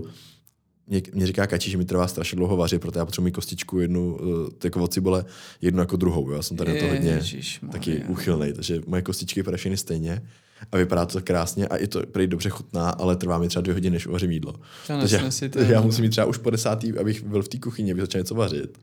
Mě říká Kači, že mi trvá strašně dlouho vařit, protože já potřebuji mít kostičku jednu jako od cibule, jednu jako druhou. Jo? Já jsem tady na to hodně taky úchylnej, takže moje kostičky vypadají všechny stejně. A vypadá to krásně a i to prý dobře chutná, ale trvá mi třeba 2 hodiny, než uvařím jídlo. Takže já musím mít třeba už po 10, abych byl v té kuchyni, abych začal něco vařit.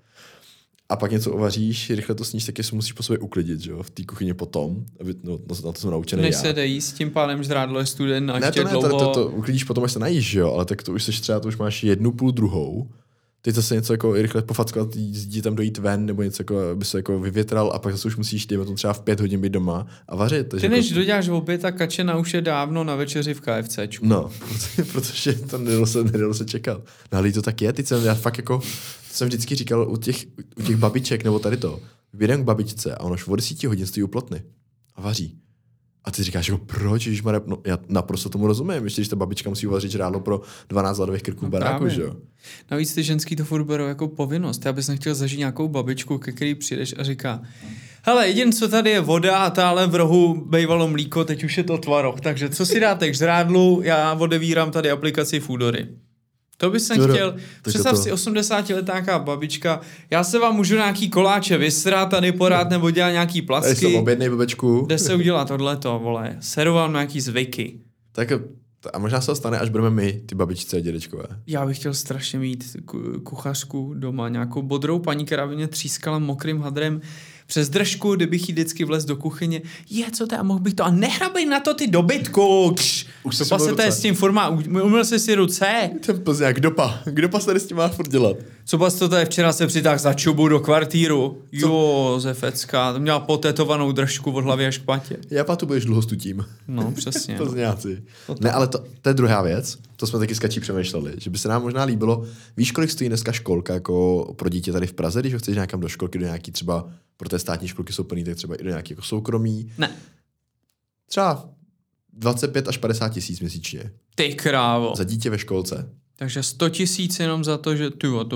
A pak něco uvaříš, rychle to sníš, taky si musíš po sobě uklidit, že jo, v té kuchyni potom, aby, no, na to jsem naučený než se dejí, s tím pádem žrádlo je student a ještě dlouho. Ne, to uklidíš potom, až se najíš, že jo, ale tak to už seš třeba, to už máš 1,5 druhou. Teď zase něco jako rychle pofackovat, jdi tam dojít ven, nebo něco jako, aby se jako vyvětral a pak zase už musíš tím třeba v 5 hodin být doma a vařit. Ty než jako... doděláš oběd, tak Kačena už je dávno na večeři v KFCčku. No, protože to nedalo se čekat. No ale to tak je, teď já fakt jako, jsem vždycky říkal u těch babiček, nebo tady to, vyjedem k babičce a ono už od 10 hodin stojí u plotny a vaří. A ty říkáš, jako proč, ježišmarja, no já naprosto tomu rozumím, ještě když ta babička musí uvařit žrádlo pro 12 ladových krků v baráku, že jo. Navíc ty ženský to furt berou jako povinnost. Já bys nechtěl zažít nějakou babičku, ke který přijdeš a říká, hele, jediné, co tady je voda a táhle v rohu bejvalo mlíko, teď už je to tvaroh, takže co si dáte k žrádlu, já odevírám tady aplikaci Foodory. To bys chtěl. Představ si 80letáká babička, já se vám můžu nějaký koláče vysrat, tady porád nebo dělat nějaký placky. Tady jsem objednej babečku. Jde se udělat tohleto, vole. Seru vám nějaký zvyky. Tak a možná se to stane, až budeme my, ty babičce a dědečkové. Já bych chtěl strašně mít kuchařku doma, nějakou bodrou paní, která by mě třískala mokrým hadrem přes držku, kdybych jí vždycky vlez do kuchyně. Co to, a mohl bych to, a nehrabej na to ty dobytku. Už to se to je s tím forma, umyl jsi si ruce. Ten Plzňák, kdo pas tady s tím má furt dělat? Co pas to je, včera se přitáhl za čubu do kvartíru. Josefecká, měla potetovanou držku od hlavy až k patě. Já patu budeš dlouho s tutím. No, přesně. Plzňáci. Ne, ale to je druhá věc, to jsme taky s Kačí přemýšleli, že by se nám možná líbilo, víš, kolik stojí dneska školka jako pro dítě tady v Praze, když ho chceš někam do školky, do nějaký třeba, pro té státní školky jsou plný, tak třeba i do nějaký jako soukromí. Ne. Třeba 25 až 50 tisíc měsíčně. Ty krávo. Za dítě ve školce. Takže 100 tisíc jenom za to, že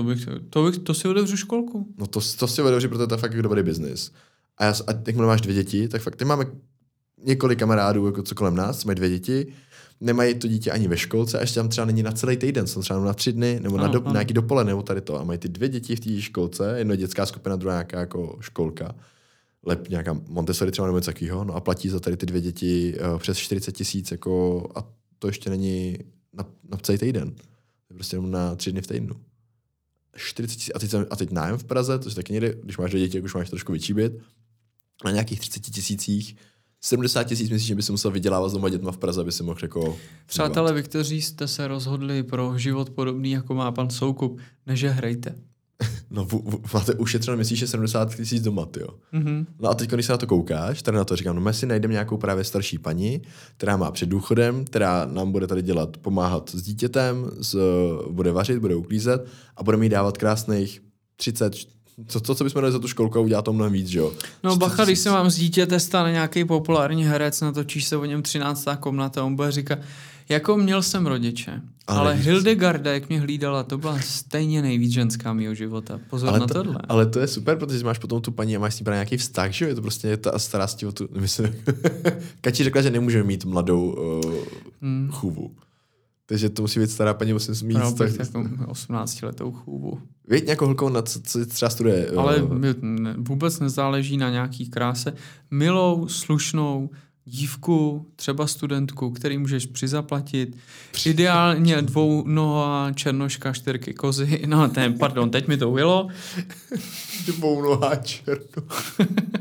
to si otevřu školku. No to si otevřu, protože to je fakt dobrý biznis. A jak máš 2 děti, tak fakt ty máme několik kamarádů, jako co kolem nás, mají 2 děti, nemají to dítě ani ve školce a ještě tam třeba není na celý týden, jsou třeba na 3 dny, nebo na nějaký dopoledne, nebo tady to. A mají ty 2 děti v té školce, jedno je dětská skupina, druhá nějaká jako školka. Nějaká Montessori třeba nebo něco takového, no a platí za tady ty 2 děti přes 40 tisíc, jako, a to ještě není na celý týden. prostě jenom na 3 dny v týdnu. 40 000, a teď nájem v Praze, to je taky někde, když máš 2 děti, jak už máš trošku větší byt, na nějakých 30 000, 70 000 měsíčně by si musel vydělávat s doma dětma v Praze, aby si mohl jako... Přátelé, vy, kteří jste se rozhodli pro život podobný, jako má pan Soukup, nežehrejte. No, máte ušetřeno měsíčně 70 000 doma, tyjo. Mm-hmm. No a teď, když se na to koukáš, tady na to říkám, no my si najdeme nějakou právě starší paní, která má před důchodem, která nám bude tady pomáhat s dítětem, bude vařit, bude uklízet a bude mi dávat krásných 30, co bychom dali za tu školku a udělat to mnohem víc, že jo? No bacha, když se vám z dítěte stane nějaký populární herec, natočíš se o něm 13. komnata, on bude říkat, jako měl jsem rodiče, ale Hildegarda, jak mě hlídala, to byla stejně nejvíc ženská mýho života. Pozor na tohle. Ale to je super, protože máš potom tu paní a máš s ní právě nějaký vztah, že jo? Je to prostě ta starosti o tu... Kači řekla, že nemůžeme mít mladou chůvu. Takže to musí být stará paní, musím mít... No, bych jako 18letou chůvu. Víte nějakou holkou, na co třeba studuje? Ale vůbec nezáleží na nějaký kráse. Milou, slušnou dívku, třeba studentku, který můžeš přizaplatit. Ideálně 2nohá černoška, 4 kozy. No, pardon, teď mi to ujelo. 2nohá černoška.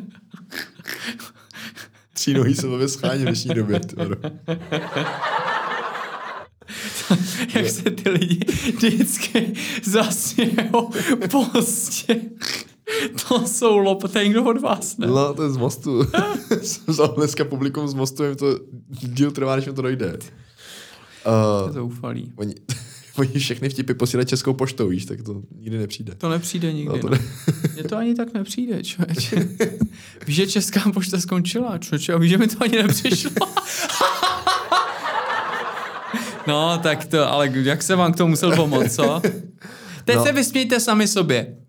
3 nohy se ve schání v dnešní době. Jak se ty lidi vždycky zasmějou prostě. To jsou lopotejno od vás, ne? No, to je z Mostu. Jsem vzal dneska publikum z Mostu, jim to díl trvá, než mi to dojde. To je zoufalý. Oni všechny vtipy posílají Českou poštou, víš, tak to nikdy nepřijde. To nepřijde nikdy. No, Mně to ani tak nepřijde, člověče. Víš, že Česká pošta skončila, člověče, a víš, že mi to ani nepřišlo. No, tak to, ale jak se vám k tomu musel pomoct, co? Teď se vysmějte sami sobě.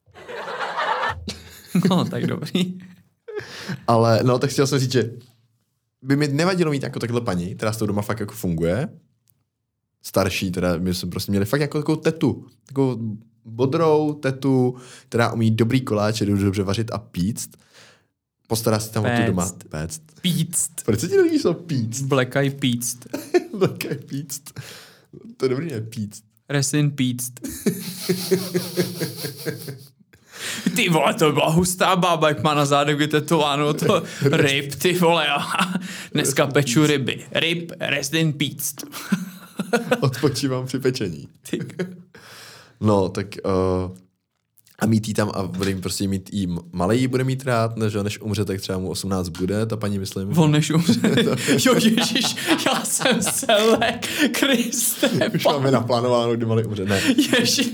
No, tak dobrý. Ale, no, tak chtěl jsem říct, že by mi nevadilo mít jako takhle paní, která s tou doma fakt jako funguje. Starší, teda my jsme prostě měli fakt jako takovou tetu. Takovou bodrou tetu, která umí dobrý koláče, dobře vařit a píct. Postará si tam o tu doma. Píct. Proč se ti nelíbí slovo píct? Black Eye Píct. Black Eye Píct. To je dobrý, ne? Píct. Rest in Píct. Ty vole, to byla hustá bába, jak má na zádech vytetováno to ryb, ty vole, dneska peču ryby. Ryb, rest in peace. Odpočívám při pečení. No, tak a mít jí tam a bude jim prostě mít jí malej bude mít rád, než umře, tak třeba mu 18 bude, ta paní myslím. On než umře. Jo, ježiš, já jsem selek, Kriste. Už máme naplánováno, kdy malej umře, ne. Ježiš.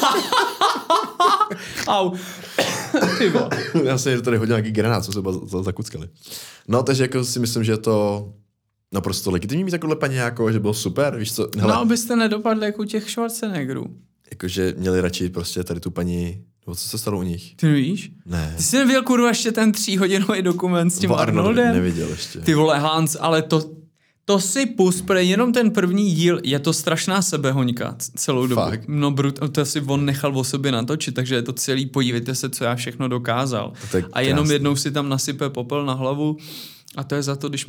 Au. Ty vole. Já jsem tady hodil nějaký granát, co se zakuckali. No, takže jako si myslím, že je to naprosto legitimní mít takovouhle paní jako, že bylo super, víš co. Hele, no, abyste nedopadli jako u těch Schwarzeneggerů. Jakože měli radši prostě tady tu paní, nebo co se stalo u nich? Ty nevíš? Ne. Ty jsi neviděl, kurva, ještě ten 3hodinový dokument s tím Arnoldem? Neviděl ještě. Ty vole, Hans, ale to si pust, jenom ten první díl, je to strašná sebehoňka celou dobu. Fakt? No to si on nechal o sobě natočit, takže je to celý, podívejte se, co já všechno dokázal. A jenom jednou si tam nasype popel na hlavu a to je za to, když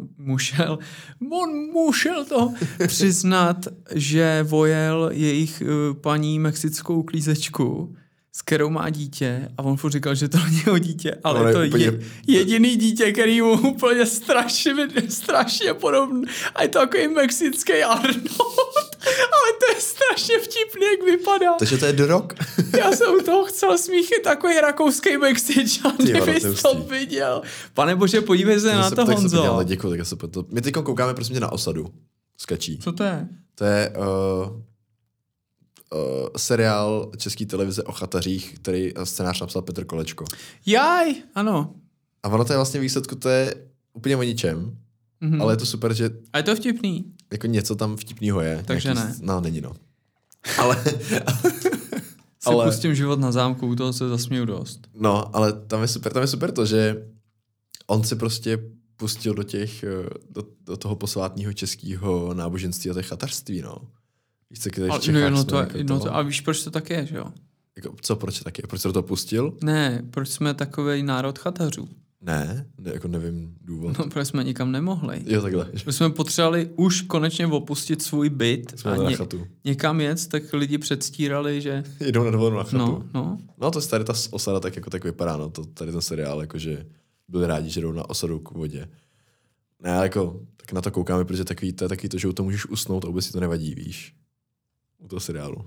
on musel to přiznat, že vojel jejich paní mexickou uklízečku, s kterou má dítě a on furt říkal, že to není jeho dítě, ale to je jediný dítě, který mu úplně strašně podobný. A je to takový mexický Arnold, ale to je strašně vtipný, jak vypadá. Takže to je The Rock? Já jsem u toho chcel smíchat takový rakouský Mexičan, kdybys to viděl. Pane bože, podívej se na to, Honzo. Ale děkuji, tak se to. My teď koukáme prosím tě na Osadu. Skačí. Co to je? To je seriál České televize o chatařích, který scénář napsal Petr Kolečko. Jaj, ano. A ono to je vlastně výsledku, to je úplně o ničem, ale je to super, že... A je to vtipný. Jako něco tam vtipnýho je. Takže ne. No, není no. Ale... Si pustím Život na zámku, u toho se zasměju dost. No, ale tam je super to, že on se prostě pustil do toho posvátného českého náboženství a těch chatařství, no. A víš, proč to tak je, že jo? Jako, proč to tak je? Proč se do toho pustil? Ne, proč jsme takovej národ chatařů? Ne, jako nevím důvod. No, protože jsme nikam nemohli. Jo, takhle. My jsme potřebovali už konečně opustit svůj byt Jsme a na chatu. někam jet, tak lidi předstírali, že... Jdou na dovolenou na chatu. No. To tady ta osada tak vypadá, no, tady ten seriál, jakože byli rádi, že jdou na osadu k vodě. Ne, jako, tak na to koukáme, protože to je taky to, že u toho můžeš usnout a vůbec si to nevadí, víš? U toho seriálu.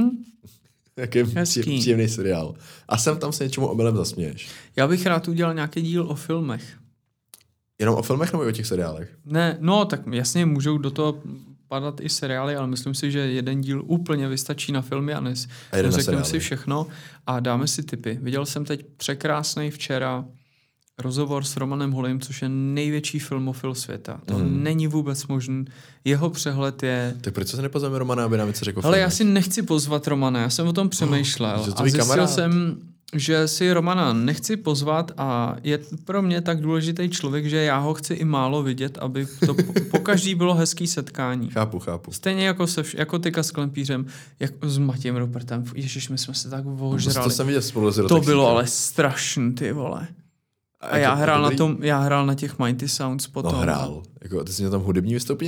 Jaký příjemný seriál. A sem tam se něčemu omylem zasměješ. Já bych rád udělal nějaký díl o filmech. Jenom o filmech nebo o těch seriálech? Ne, no tak jasně můžou do toho padat i seriály, ale myslím si, že jeden díl úplně vystačí na filmy a neřekneme si všechno a dáme si tipy. Viděl jsem teď překrásnej včera rozhovor s Romanem Holym, což je největší filmofil světa. To není vůbec možný. Jeho přehled je... Tak proč se nepozveme Romana, aby nám něco řekl? Ale já si nechci pozvat Romana, já jsem o tom přemýšlel a zjistil jsem, že si Romana nechci pozvat a je pro mě tak důležitý člověk, že já ho chci i málo vidět, aby to pokaždý bylo hezký setkání. Chápu. Stejně jako, jako tyka s Klempířem, jako s Matějem Rupertem. Ježiš, my jsme se tak ožrali. To jsem viděl spolu s to bylo ale strašný, ty vole. A já hrál na těch Mighty Sounds potom. No hrál. Jako, ty jsi měl tam hudební vystoupení?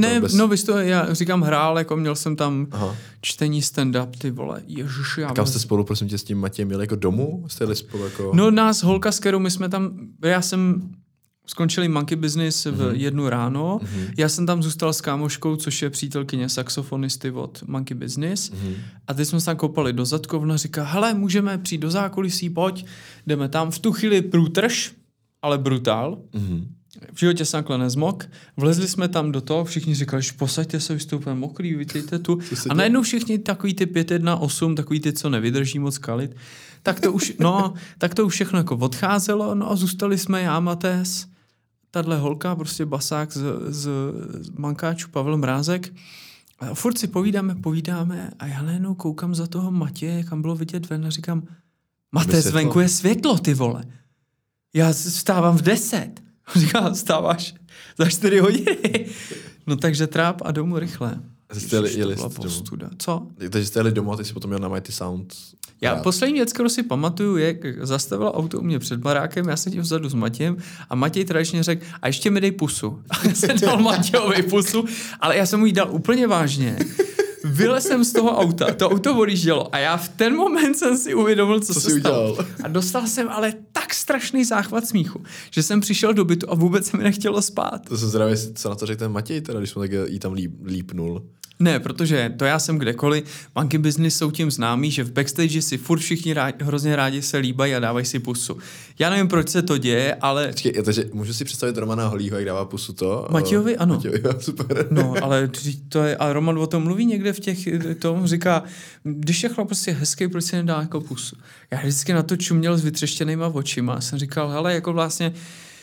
Já říkám hrál, jako měl jsem tam čtení stand-up, ty vole. Ježiš, Kam jste spolu, prosím tě, s tím Matějem měli jako domů? Jste jeli spolu jako... No nás holka s kterou my jsme tam, já jsem skončili Monkey Business v 1 ráno, já jsem tam zůstal s kámoškou, což je přítelkyně saxofonisty od Monkey Business a teď jsme se tam kopali do Zadkovna, říká, hele, můžeme přijít do zákulisí, pojď, jdeme tam, v tu chvíli průtrž, ale brutál, v životě jsem takhle nezmok, vlezli jsme tam do toho, všichni říkali, že posaďte se, vystoupíme mokrý, vidíte tu a najednou všichni takový ty 518, takový ty, co nevydrží moc kalit, tak to už všechno jako odcházelo, no a zůstali jsme já, Matés, tahle holka, prostě basák z Mankáčů, Pavel Mrázek. A furt si povídáme a já najednou koukám za toho Matěje, kam bylo vidět ven a říkám, Matés, venku je světlo, ty vole. Já vstávám v 10. Říkám, vstáváš za 4 hodiny. No takže tráp a domů rychle. Jeli Co? Takže jste jeli domů a ty jsi potom jel na Mighty Sound. Já poslední věc, kterou si pamatuju, je, zastavilo auto u mě před barákem, já sedím vzadu s Matějem a Matěj tradičně řekl, a ještě mi dej pusu. A já jsem dal Matějovi pusu, ale já jsem mu ji dal úplně vážně. Vylez jsem z toho auta, to auto odjíždělo a já v ten moment jsem si uvědomil, co se stalo. A dostal jsem ale tak strašný záchvat smíchu, že jsem přišel do bytu a vůbec se mi nechtělo spát. To jsem zdravě, co na to řekl ten Matěj, teda, když jsme tak jí tam lípnul. Ne, protože to já jsem kdekoliv. Monkey Business jsou tím známí, že v backstage si furt všichni hrozně rádi se líbají a dávají si pusu. Já nevím, proč se to děje, ale... Počkej, takže můžu si představit Romana Holýho, jak dává pusu to? Matějovi, ano. Matějovi, super. No, ale to je, a Roman o tom mluví někde v těch, tom říká, když je chlap prostě hezký, proč si nedá jako pusu. Já vždycky na to čuměl s vytřeštěnýma očima. Jsem říkal, hele, jako vlastně...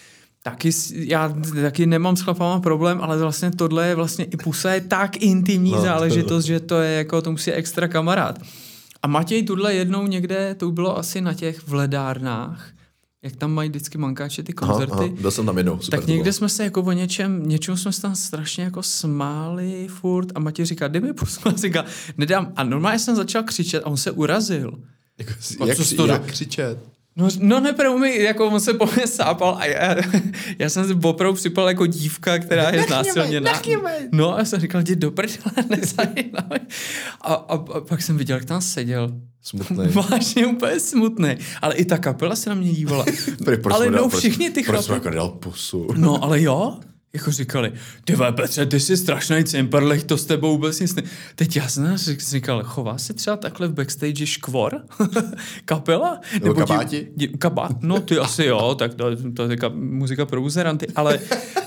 Já taky nemám s chlapama problém, ale vlastně tohle je vlastně i pusa je tak intimní záležitost, že to je jako, to musí extra kamarád. A Matěj tuhle jednou někde, to bylo asi na těch vledárnách, jak tam mají vždycky Mankáče ty koncerty. Byl jsem tam jednou, super. Tak někde jsme se jako o něčemu jsme se tam strašně jako smáli furt a Matěj říká, dej mi pusu, a říká, nedám. A normálně jsem začal křičet a on se urazil. Jak křičet? No neprv mi, jako on se po mě sápal a já jsem si opravdu připal jako dívka, která je znásilněná. No a já jsem říkal, jdi do prdele, nezajímavý. A pak jsem viděl, jak tam seděl. Smutnej. Vážně úplně smutný. Ale i ta kapela se na mě dívala. Ale no všichni ty chlapi. Proč dal pusu? No ale jo. Jako říkali, ty Petře, ty jsi strašný cimperlech, to s tebou vůbec nic ne... Teď já jsem říkal, chová se třeba takhle v backstage škvor? Kapela? Nebo kabáti? No ty asi jo, tak to je muzika pro buzeranty, ale...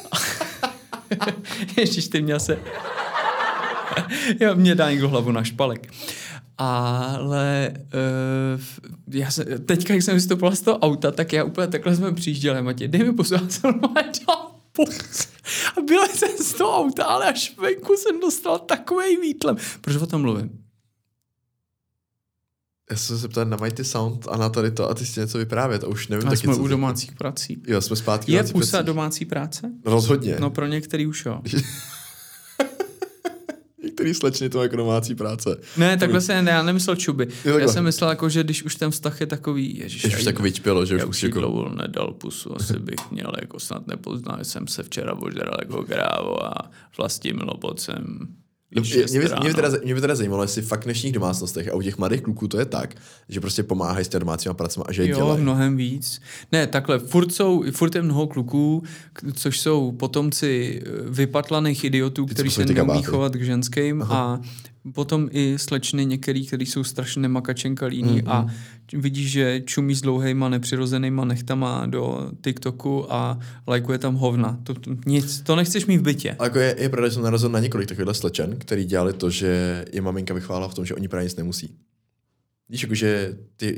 Ježiš, ty mě se... mě dá někdo hlavu na špalek. Ale teďka, jak jsem vystoupila z toho auta, tak já úplně takhle jsme přijížděli, Matěj, dej mi pusu, já jsem a byla jsem z toho auta, ale až venku jsem dostal takovej výtlem. Proč o tom mluvím? Já jsem se ptal na Mighty Sound a na tady to a ty si něco vyprávět a už nevím. A jsme u domácích prací. Jo, jsme zpátky. Je pusa domácí práce? Rozhodně. No pro některý už jo. Některý slečny to jako domácí práce. Ne, takhle já nemyslel čuby. Jo, Já jsem myslel, jako, že když už ten vztah je takový, ježiš, už takový čpělo, že já už už jako... dlouho nedal pusu, asi bych měl, jako snad nepoznal, jsem se včera ožral jako krávo a Vlastimil pocem. Mě by teda zajímalo, jestli fakt v dnešních domácnostech a u těch mladých kluků to je tak, že prostě pomáhají s těmi domácíma pracemi a že je dělají. Jo, mnohem víc. Ne, takhle, furt je mnoho kluků, což jsou potomci vypatlaných idiotů, kteří se neumí chovat k ženským. Aha. A potom i slečny některý, kteří jsou strašně nemakačenkalíní a vidíš, že čumí s dlouhejma nepřirozenýma nechtama do TikToku a lajkuje tam hovna. To nechceš mít v bytě. A jako je pravda, že jsem narazil na několik takovýchhle slečen, který dělali to, že je maminka vychválila v tom, že oni právě nic nemusí. Víš, jako že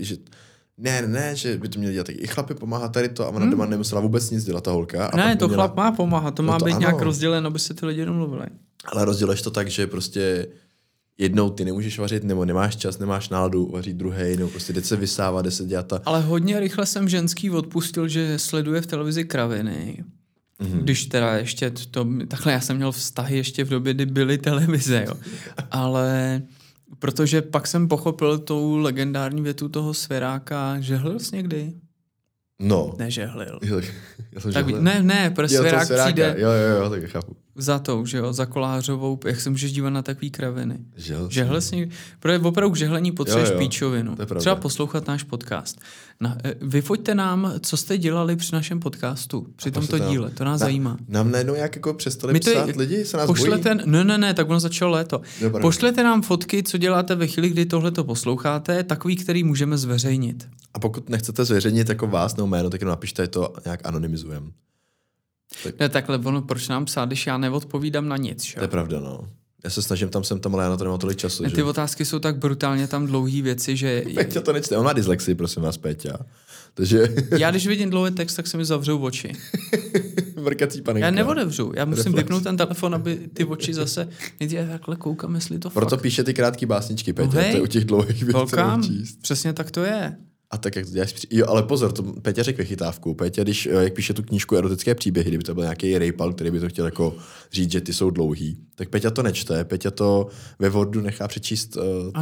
že by to měli dělat i chlapy, pomáhat tady to a ona doma nemusela vůbec nic dělat ta holka. A ne, to měla... chlap má pomáhat, to má být ano. Nějak rozděleno, aby se ty lidi domluvili. Ale rozděluješ to tak, že prostě jednou ty nemůžeš vařit, nebo nemáš čas, nemáš náladu vařit druhej, nebo prostě jde se vysávat, jde se dělat ta... Ale hodně rychle jsem ženský odpustil, že sleduje v televizi kraviny. Když teda ještě takhle já jsem měl vztahy ještě v době, kdy byly televize, jo. Ale protože pak jsem pochopil tou legendární větu toho Svěráka, žehlil jsi někdy? No. Nežehlil. Já jsem tak ne, protože Svěrák přijde jo, tak chápu. za tou, že jo, za Kolářovou, jak se můžeš dívat na takový kraviny. Žehl jsi někdy? Protože opravdu k žehlení potřebuješ píčovinu. Třeba poslouchat náš podcast. Vyfoďte nám, co jste dělali při našem podcastu, při tomto díle, to nás zajímá. Nám najednou jak jako přestali psát lidi, se nás pošlete, bojí? Ne, tak ono začalo léto. Pošlete nám fotky, co děláte ve chvíli, kdy tohleto posloucháte, takový, který můžeme zveřejnit. A pokud nechcete zveřejnit jako vás nebo jméno, tak jenom napište, to nějak anonymizujeme. Tak. Ne, takhle ono, proč nám psát, když já neodpovídám na nic, že? To je pravda, no. Já se snažím ale já na to nemám tolik času. Ty otázky jsou tak brutálně tam dlouhý věci, že... Péťa to nečte, on má dyslexii, prosím vás, Péťa. Takže... Já když vidím dlouhý text, tak se mi zavřou oči. Vrkací panenka. Já neodevřu, já musím vypnout ten telefon, aby ty oči zase... Já takhle koukám, jestli to Proto fakt... píše ty krátký básničky, Péťa, to je u těch dlouhých věcí číst. Přesně tak to je. A tak jak jo, ale pozor, to Péťa řekl vychytávku. Péťa, když jak píše tu knížku Erotické příběhy, kdyby to byl nějaký rejpal, který by to chtěl jako říct, že ty jsou dlouhý, tak Péťa to nečte, Péťa to ve Wordu nechá přečíst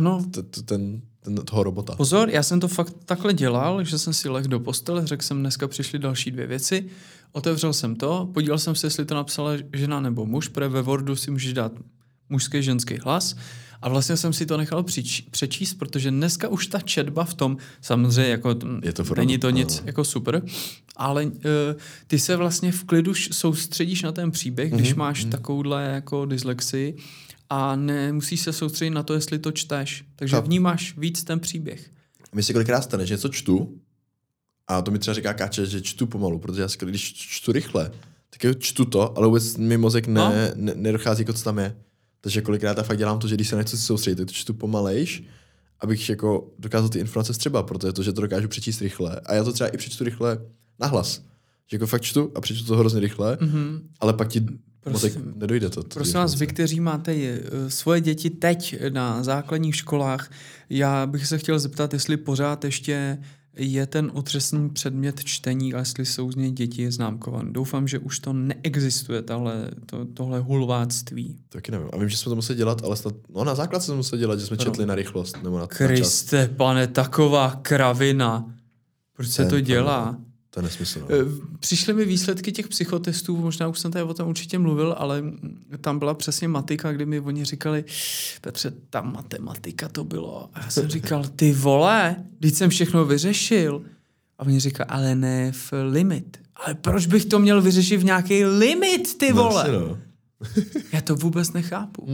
toho robota. Pozor, já jsem to fakt takhle dělal, že jsem si lehl do postele, řekl jsem, dneska přišly další 2 věci, otevřel jsem to, podíval jsem se, jestli to napsala žena nebo muž, protože ve Wordu si můžeš dát mužský, ženský hlas. A vlastně jsem si to nechal přečíst, protože dneska už ta četba v tom, samozřejmě jako není to nic jako super, ale ty se vlastně v klidu soustředíš na ten příběh, když máš takovouhle jako dyslexii a nemusíš se soustředit na to, jestli to čteš. Takže vnímáš víc ten příběh. Mně si kolikrát stane, že něco čtu a to mi třeba říká Káče, že čtu pomalu, protože já si, když čtu rychle, tak čtu to, ale vůbec mi mozek nedochází, jako co tam je. Takže kolikrát já fakt dělám to, že když se nechci soustředit, tak to čtu pomalejš, abych jako dokázal ty informace vstřebat, protože to, že to dokážu přečíst rychle. A já to třeba i přečtu rychle nahlas. Že jako fakt čtu a přečtu to hrozně rychle, ale pak ti mozek nedojde to. Prosím vás, vy, kteří máte svoje děti teď na základních školách, já bych se chtěl zeptat, jestli pořád ještě je ten otřesný předmět čtení a jestli jsou z něj děti známkované. Doufám, že už to neexistuje, tohle hulváctví. Taky nevím. A vím, že jsme to museli dělat, ale snad, na základce jsme museli dělat, že jsme četli na rychlost. Nebo na Kriste, pane, taková kravina. Proč se to dělá? To je nesmysl. No. Přišly mi výsledky těch psychotestů, možná už jsem tady o tom určitě mluvil, ale tam byla přesně matika, kdy mi oni říkali, Petře, ta matematika to bylo. A já jsem říkal, ty vole, teď jsem všechno vyřešil. A oni říkali, ale ne v limit. Ale proč bych to měl vyřešit v nějaký limit, ty vole? No. Já to vůbec nechápu.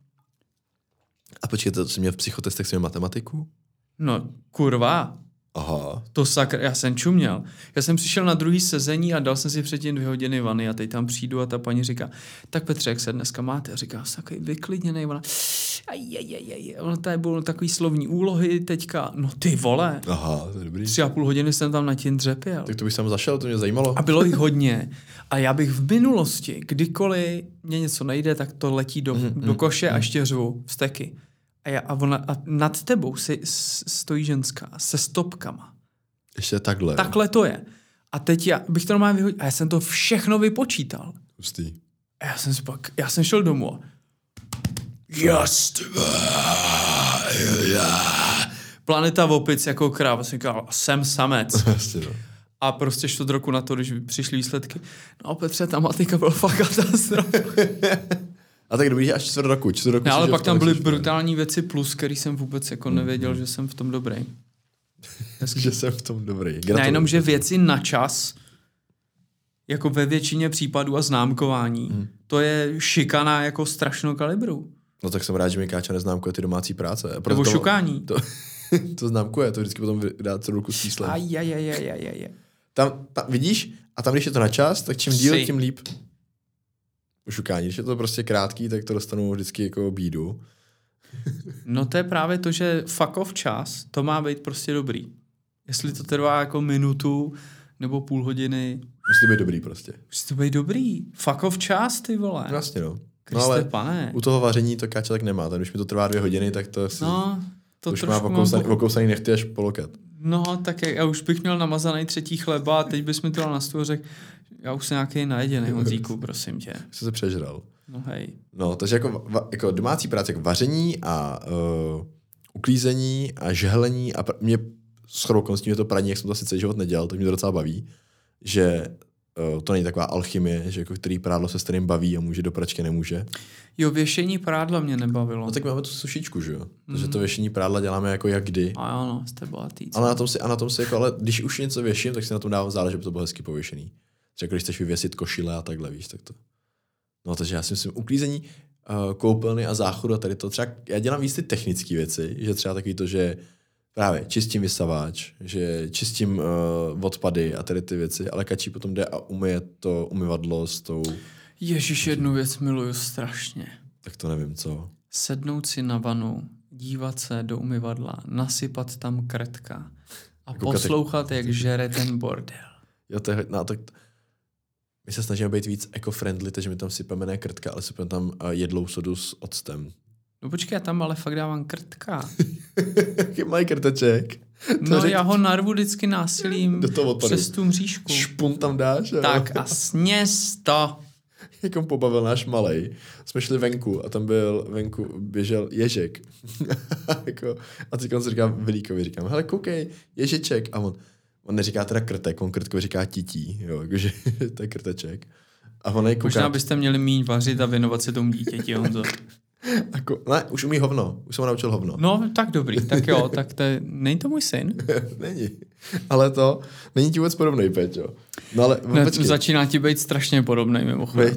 A počkej, to jsi měl v psychotestech měl matematiku? No, kurva. Aha. To sakra, já jsem čuměl. Já jsem přišel na druhý sezení a dal jsem si předtím 2 hodiny vany a teď tam přijdu a ta paní říká, tak Petře, jak se dneska máte? A říká, takový vyklidněnej. Ona tady bylo takový slovní úlohy teďka. No ty vole. Aha, to je dobrý. 3,5 hodiny jsem tam na tím dřepěl. Tak to bych tam zašel, to mě zajímalo. A bylo jich hodně. A já bych v minulosti, kdykoliv mě něco nejde, tak to letí do koše a ještě řvu vzteky. A nad tebou stojí ženská se stopkama. Ještě takhle. Takhle to je. A teď já bych to normálně vyhodil. A já jsem to všechno vypočítal. Hustý. A já jsem šel domů. Just. Planeta opic jako kráva. Jsem říkal, jsem samec. Vlastně, no. A prostě 4 roku na to, když přišly výsledky. No Petře, ta matika byla fakt katastrofa. A tak dobrý, až 4 roku. No, ale pak tam byly brutální věci plus, který jsem vůbec jako nevěděl, že jsem v tom dobrý. Že jsem v tom dobrý. Nejenom, že věci na čas, jako ve většině případů a známkování, to je šikana jako strašnou kalibru. No tak jsem rád, že mi Káča neznámkuje ty domácí práce. Nebo šukání. To známkuje, to vždycky potom dá celou ruku s číslem. Tam, vidíš? A tam, když je to na čas, tak čím díl, tím líp. Šukání. Když je to prostě krátký, tak to dostanu vždycky jako bídu. No to je právě to, že fuck off čas, to má být prostě dobrý. Jestli to trvá jako minutu nebo půl hodiny. Musí to být dobrý prostě. Musí to být dobrý. Fuck off čas, ty vole. Vlastně no. Kriste, no ale pane. U toho vaření to Káča tak nemá. Tam, když mi to trvá 2 hodiny, tak to si... No, to už má okousaný nechty až po loket. No, tak já už bych měl namazaný 3. chleba a teď bys mi to dal na stůl a řekl, já už jsem nějaký najeděný, Honzíku, prosím tě. Jsi se přežral. No hej. No, takže jako domácí práce, jako vaření a uklízení a žehlení a mě shodou okolností mě to praní, jak jsem to asi celý život nedělal, tak mě to docela baví, že to není taková alchymie, že jako který prádlo se s kterým baví a může do pračky nemůže. Jo, věšení prádla mě nebavilo. No tak máme tu sušičku, že jo? Takže to věšení prádla děláme jako jak kdy. A jo, no, jste bohatý. Ale na tom si jako, ale když už něco věším, tak si na tom dávám záležet, aby to bylo hezky pověšený. Třeba když chceš vyvěsit košile a takhle, víš, tak to. No, takže já si myslím, uklízení, koupelny a záchodu a tady to třeba, já dělám víc ty technické věci, že třeba takový to, že právě čistím vysavač, že čistím odpady a tady ty věci, ale Kačí potom jde a umyje to umyvadlo s tou... Ježiš, jednu věc miluju strašně. Tak to nevím, co. Sednout si na vanu, dívat se do umyvadla, nasypat tam krtka a poslouchat, jak žere ten bordel. Jo, to je, no, tak my se snažíme být víc eco-friendly, takže my tam sypeme ne krtka, ale sypeme tam jedlou sodu s octem. No počkej, já tam ale fakt dávám krtka. Jaký mají krteček? No já ho narvu vždycky násilím přes tu mřížku. Špun tam dáš? Tak a sněz to. Jak on pobavil náš malej. Jsme šli venku a tam venku běžel ježek. A teď on se říká Vilíkovi, říkám, hele koukej, ježeček. A on neříká teda krtek, on krtkovi říká tití, jo, jakože to je krteček. A on kouká... Možná byste měli míň vařit a věnovat se tomu dítěti, Honzo. Ne, už umí hovno. Už jsem ho naučil hovno. No, tak dobrý, tak jo, tak to je... Není to můj syn? Není. Ale to není ti vůbec podobnej, Peťo. No ale ne, začíná ti být strašně podobnej, mimochodem.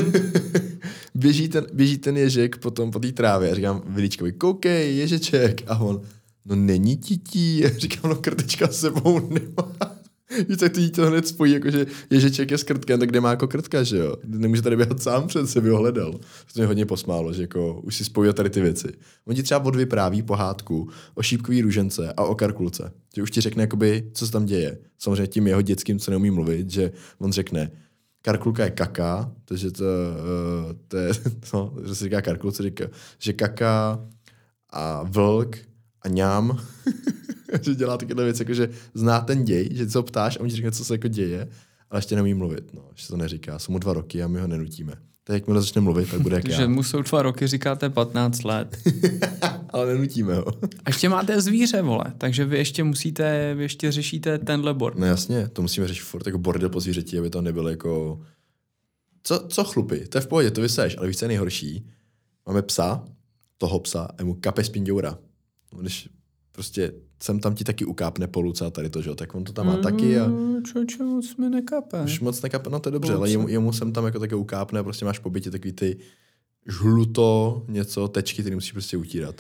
Běží ten ježek potom po té trávě a říkám Vilíčkovi, koukej, ježeček. A on, no není tití. Říkám, no krtečka s sebou nemá. Víš, tak to dítě hned spojí, jakože ježeček je s krtkem, tak kde má jako krtka, že jo? Nemůže tady běhat sám před sebe, ho hledal. To mě hodně posmálo, že jako už si spojí tady ty věci. On ti třeba odvypráví pohádku o šípkový růžence a o karkulce. Že už ti řekne, jakoby, co se tam děje. Samozřejmě tím jeho dětským, co neumí mluvit, že on řekne, karkulka je kaka, takže to je, no, že se říká karkulce, říká, že kaka a vlk a ňám, že dělá takové věci, jako že zná ten děj, že ty se ho ptáš a on ti řekne, co se jako děje, ale ještě neumí mluvit, no, že to neříká. Jsou mu 2 roky a my ho nenutíme. Tak jakmile začne mluvit, tak bude jak já. Že mu jsou 2 roky, říkáte 15 let. Ale nenutíme ho. A ještě máte zvíře, vole, takže vy ještě řešíte tenhle bord. No jasně, to musíme řešit furt, jako bordel po zvířeti, aby to nebylo jako... Co chlupy? To je v pohodě, to vyseš, ale víš, co je nejhorší? Máme psa, toho psa, a mu kape spinďoura. Když prostě sem tam ti taky ukápne poluce a tady to, že? Tak on to tam má taky a... Čoče, moc mi nekape. Už moc nekape, no to je dobře, ale jemu sem tam jako taky ukápne a prostě máš po bytě takový ty žluto něco, tečky, který musíš prostě utírat.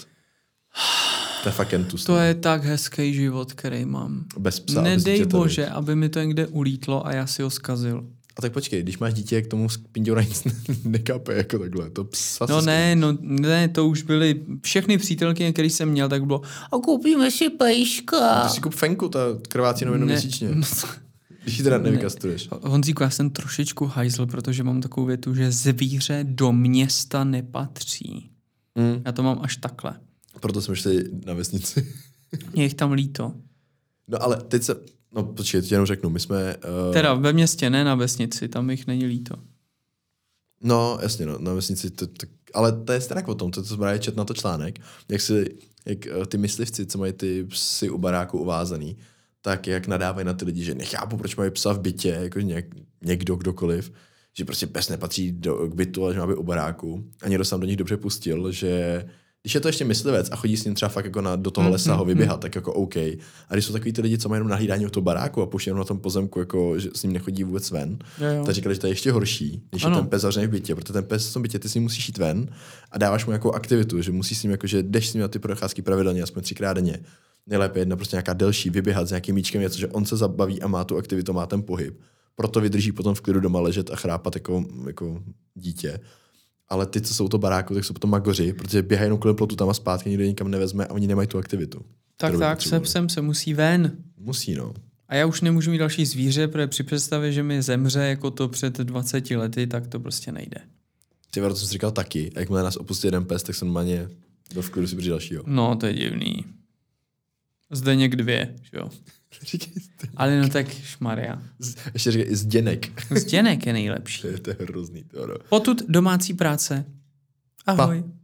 To je fakt entus. To je tak hezký život, který mám. Bez psa. Nedej bože, aby mi to někde ulítlo a já si ho zkazil. A tak počkej, když máš dítě, k tomu spinďoura nic nekape, jako takhle. To psa ne, to už byly všechny přítelky, které jsem měl, tak bylo a koupíme si pejška. No, ty si kup fenku, ta krvácí jenom měsíčně. Když ji teda nevykastuješ. Honzíku, já jsem trošičku hajzl, protože mám takovou větu, že zvíře do města nepatří. Já to mám až takhle. Proto jsme šli na vesnici. Mě jich tam líto. No ale teď se... No počkej, ti jenom řeknu, my jsme... Teda ve městě, ne na vesnici, tam jich není líto. No jasně, no, na vesnici to Ale to je stranak o tom, co jsem právě čet na to článek, jak ty myslivci, co mají ty psy u baráku uvázaný, tak jak nadávají na ty lidi, že nechápu, proč mají psa v bytě, jako někdo, kdokoliv, že prostě pes nepatří k bytu, ale že má být u baráku. A někdo se do nich dobře pustil, že když je to ještě myslivec a chodí s ním třeba fakt jako do toho lesa ho vyběhat, tak jako OK. A když jsou takový ty lidi, co mají jenom na hlídání od toho baráku a pouští jenom na tom pozemku, jako, že s ním nechodí vůbec ven, tak říkali, že to je ještě horší, když je ten pes zavřený v bytě, protože ten pes v tom bytě ty si musíš jít ven a dáváš mu nějakou aktivitu, že musíš s ním, jako, že jdeš s ním na ty procházky pravidelně, aspoň 3krát denně. Nejlépe jedna prostě nějaká delší, vyběhat s nějakým míčkem, něco, že on se zabaví a má tu aktivitu, má ten pohyb. Proto vydrží potom v klidu doma ležet a chrápat jako dítě. Ale ty, co jsou to baráku, tak jsou potom magoři, protože běhají jenom kolem plotu tam a zpátky, nikdo nikam nevezme a oni nemají tu aktivitu. Tak, se psem se musí ven. Musí, no. A já už nemůžu mít další zvíře, protože při představě, že mi zemře jako to před 20 lety, tak to prostě nejde. Ty to jsem si říkal taky. A jakmile nás opustí jeden pes, tak jsem normálně do vklidu si přijde dalšího. No, to je divný. Zdeněk 2, jo. Ale no tak šmaria. Ještě říkej i Zděnek. Zděnek je nejlepší. To je hrozný. Potud domácí práce. Ahoj. Pa.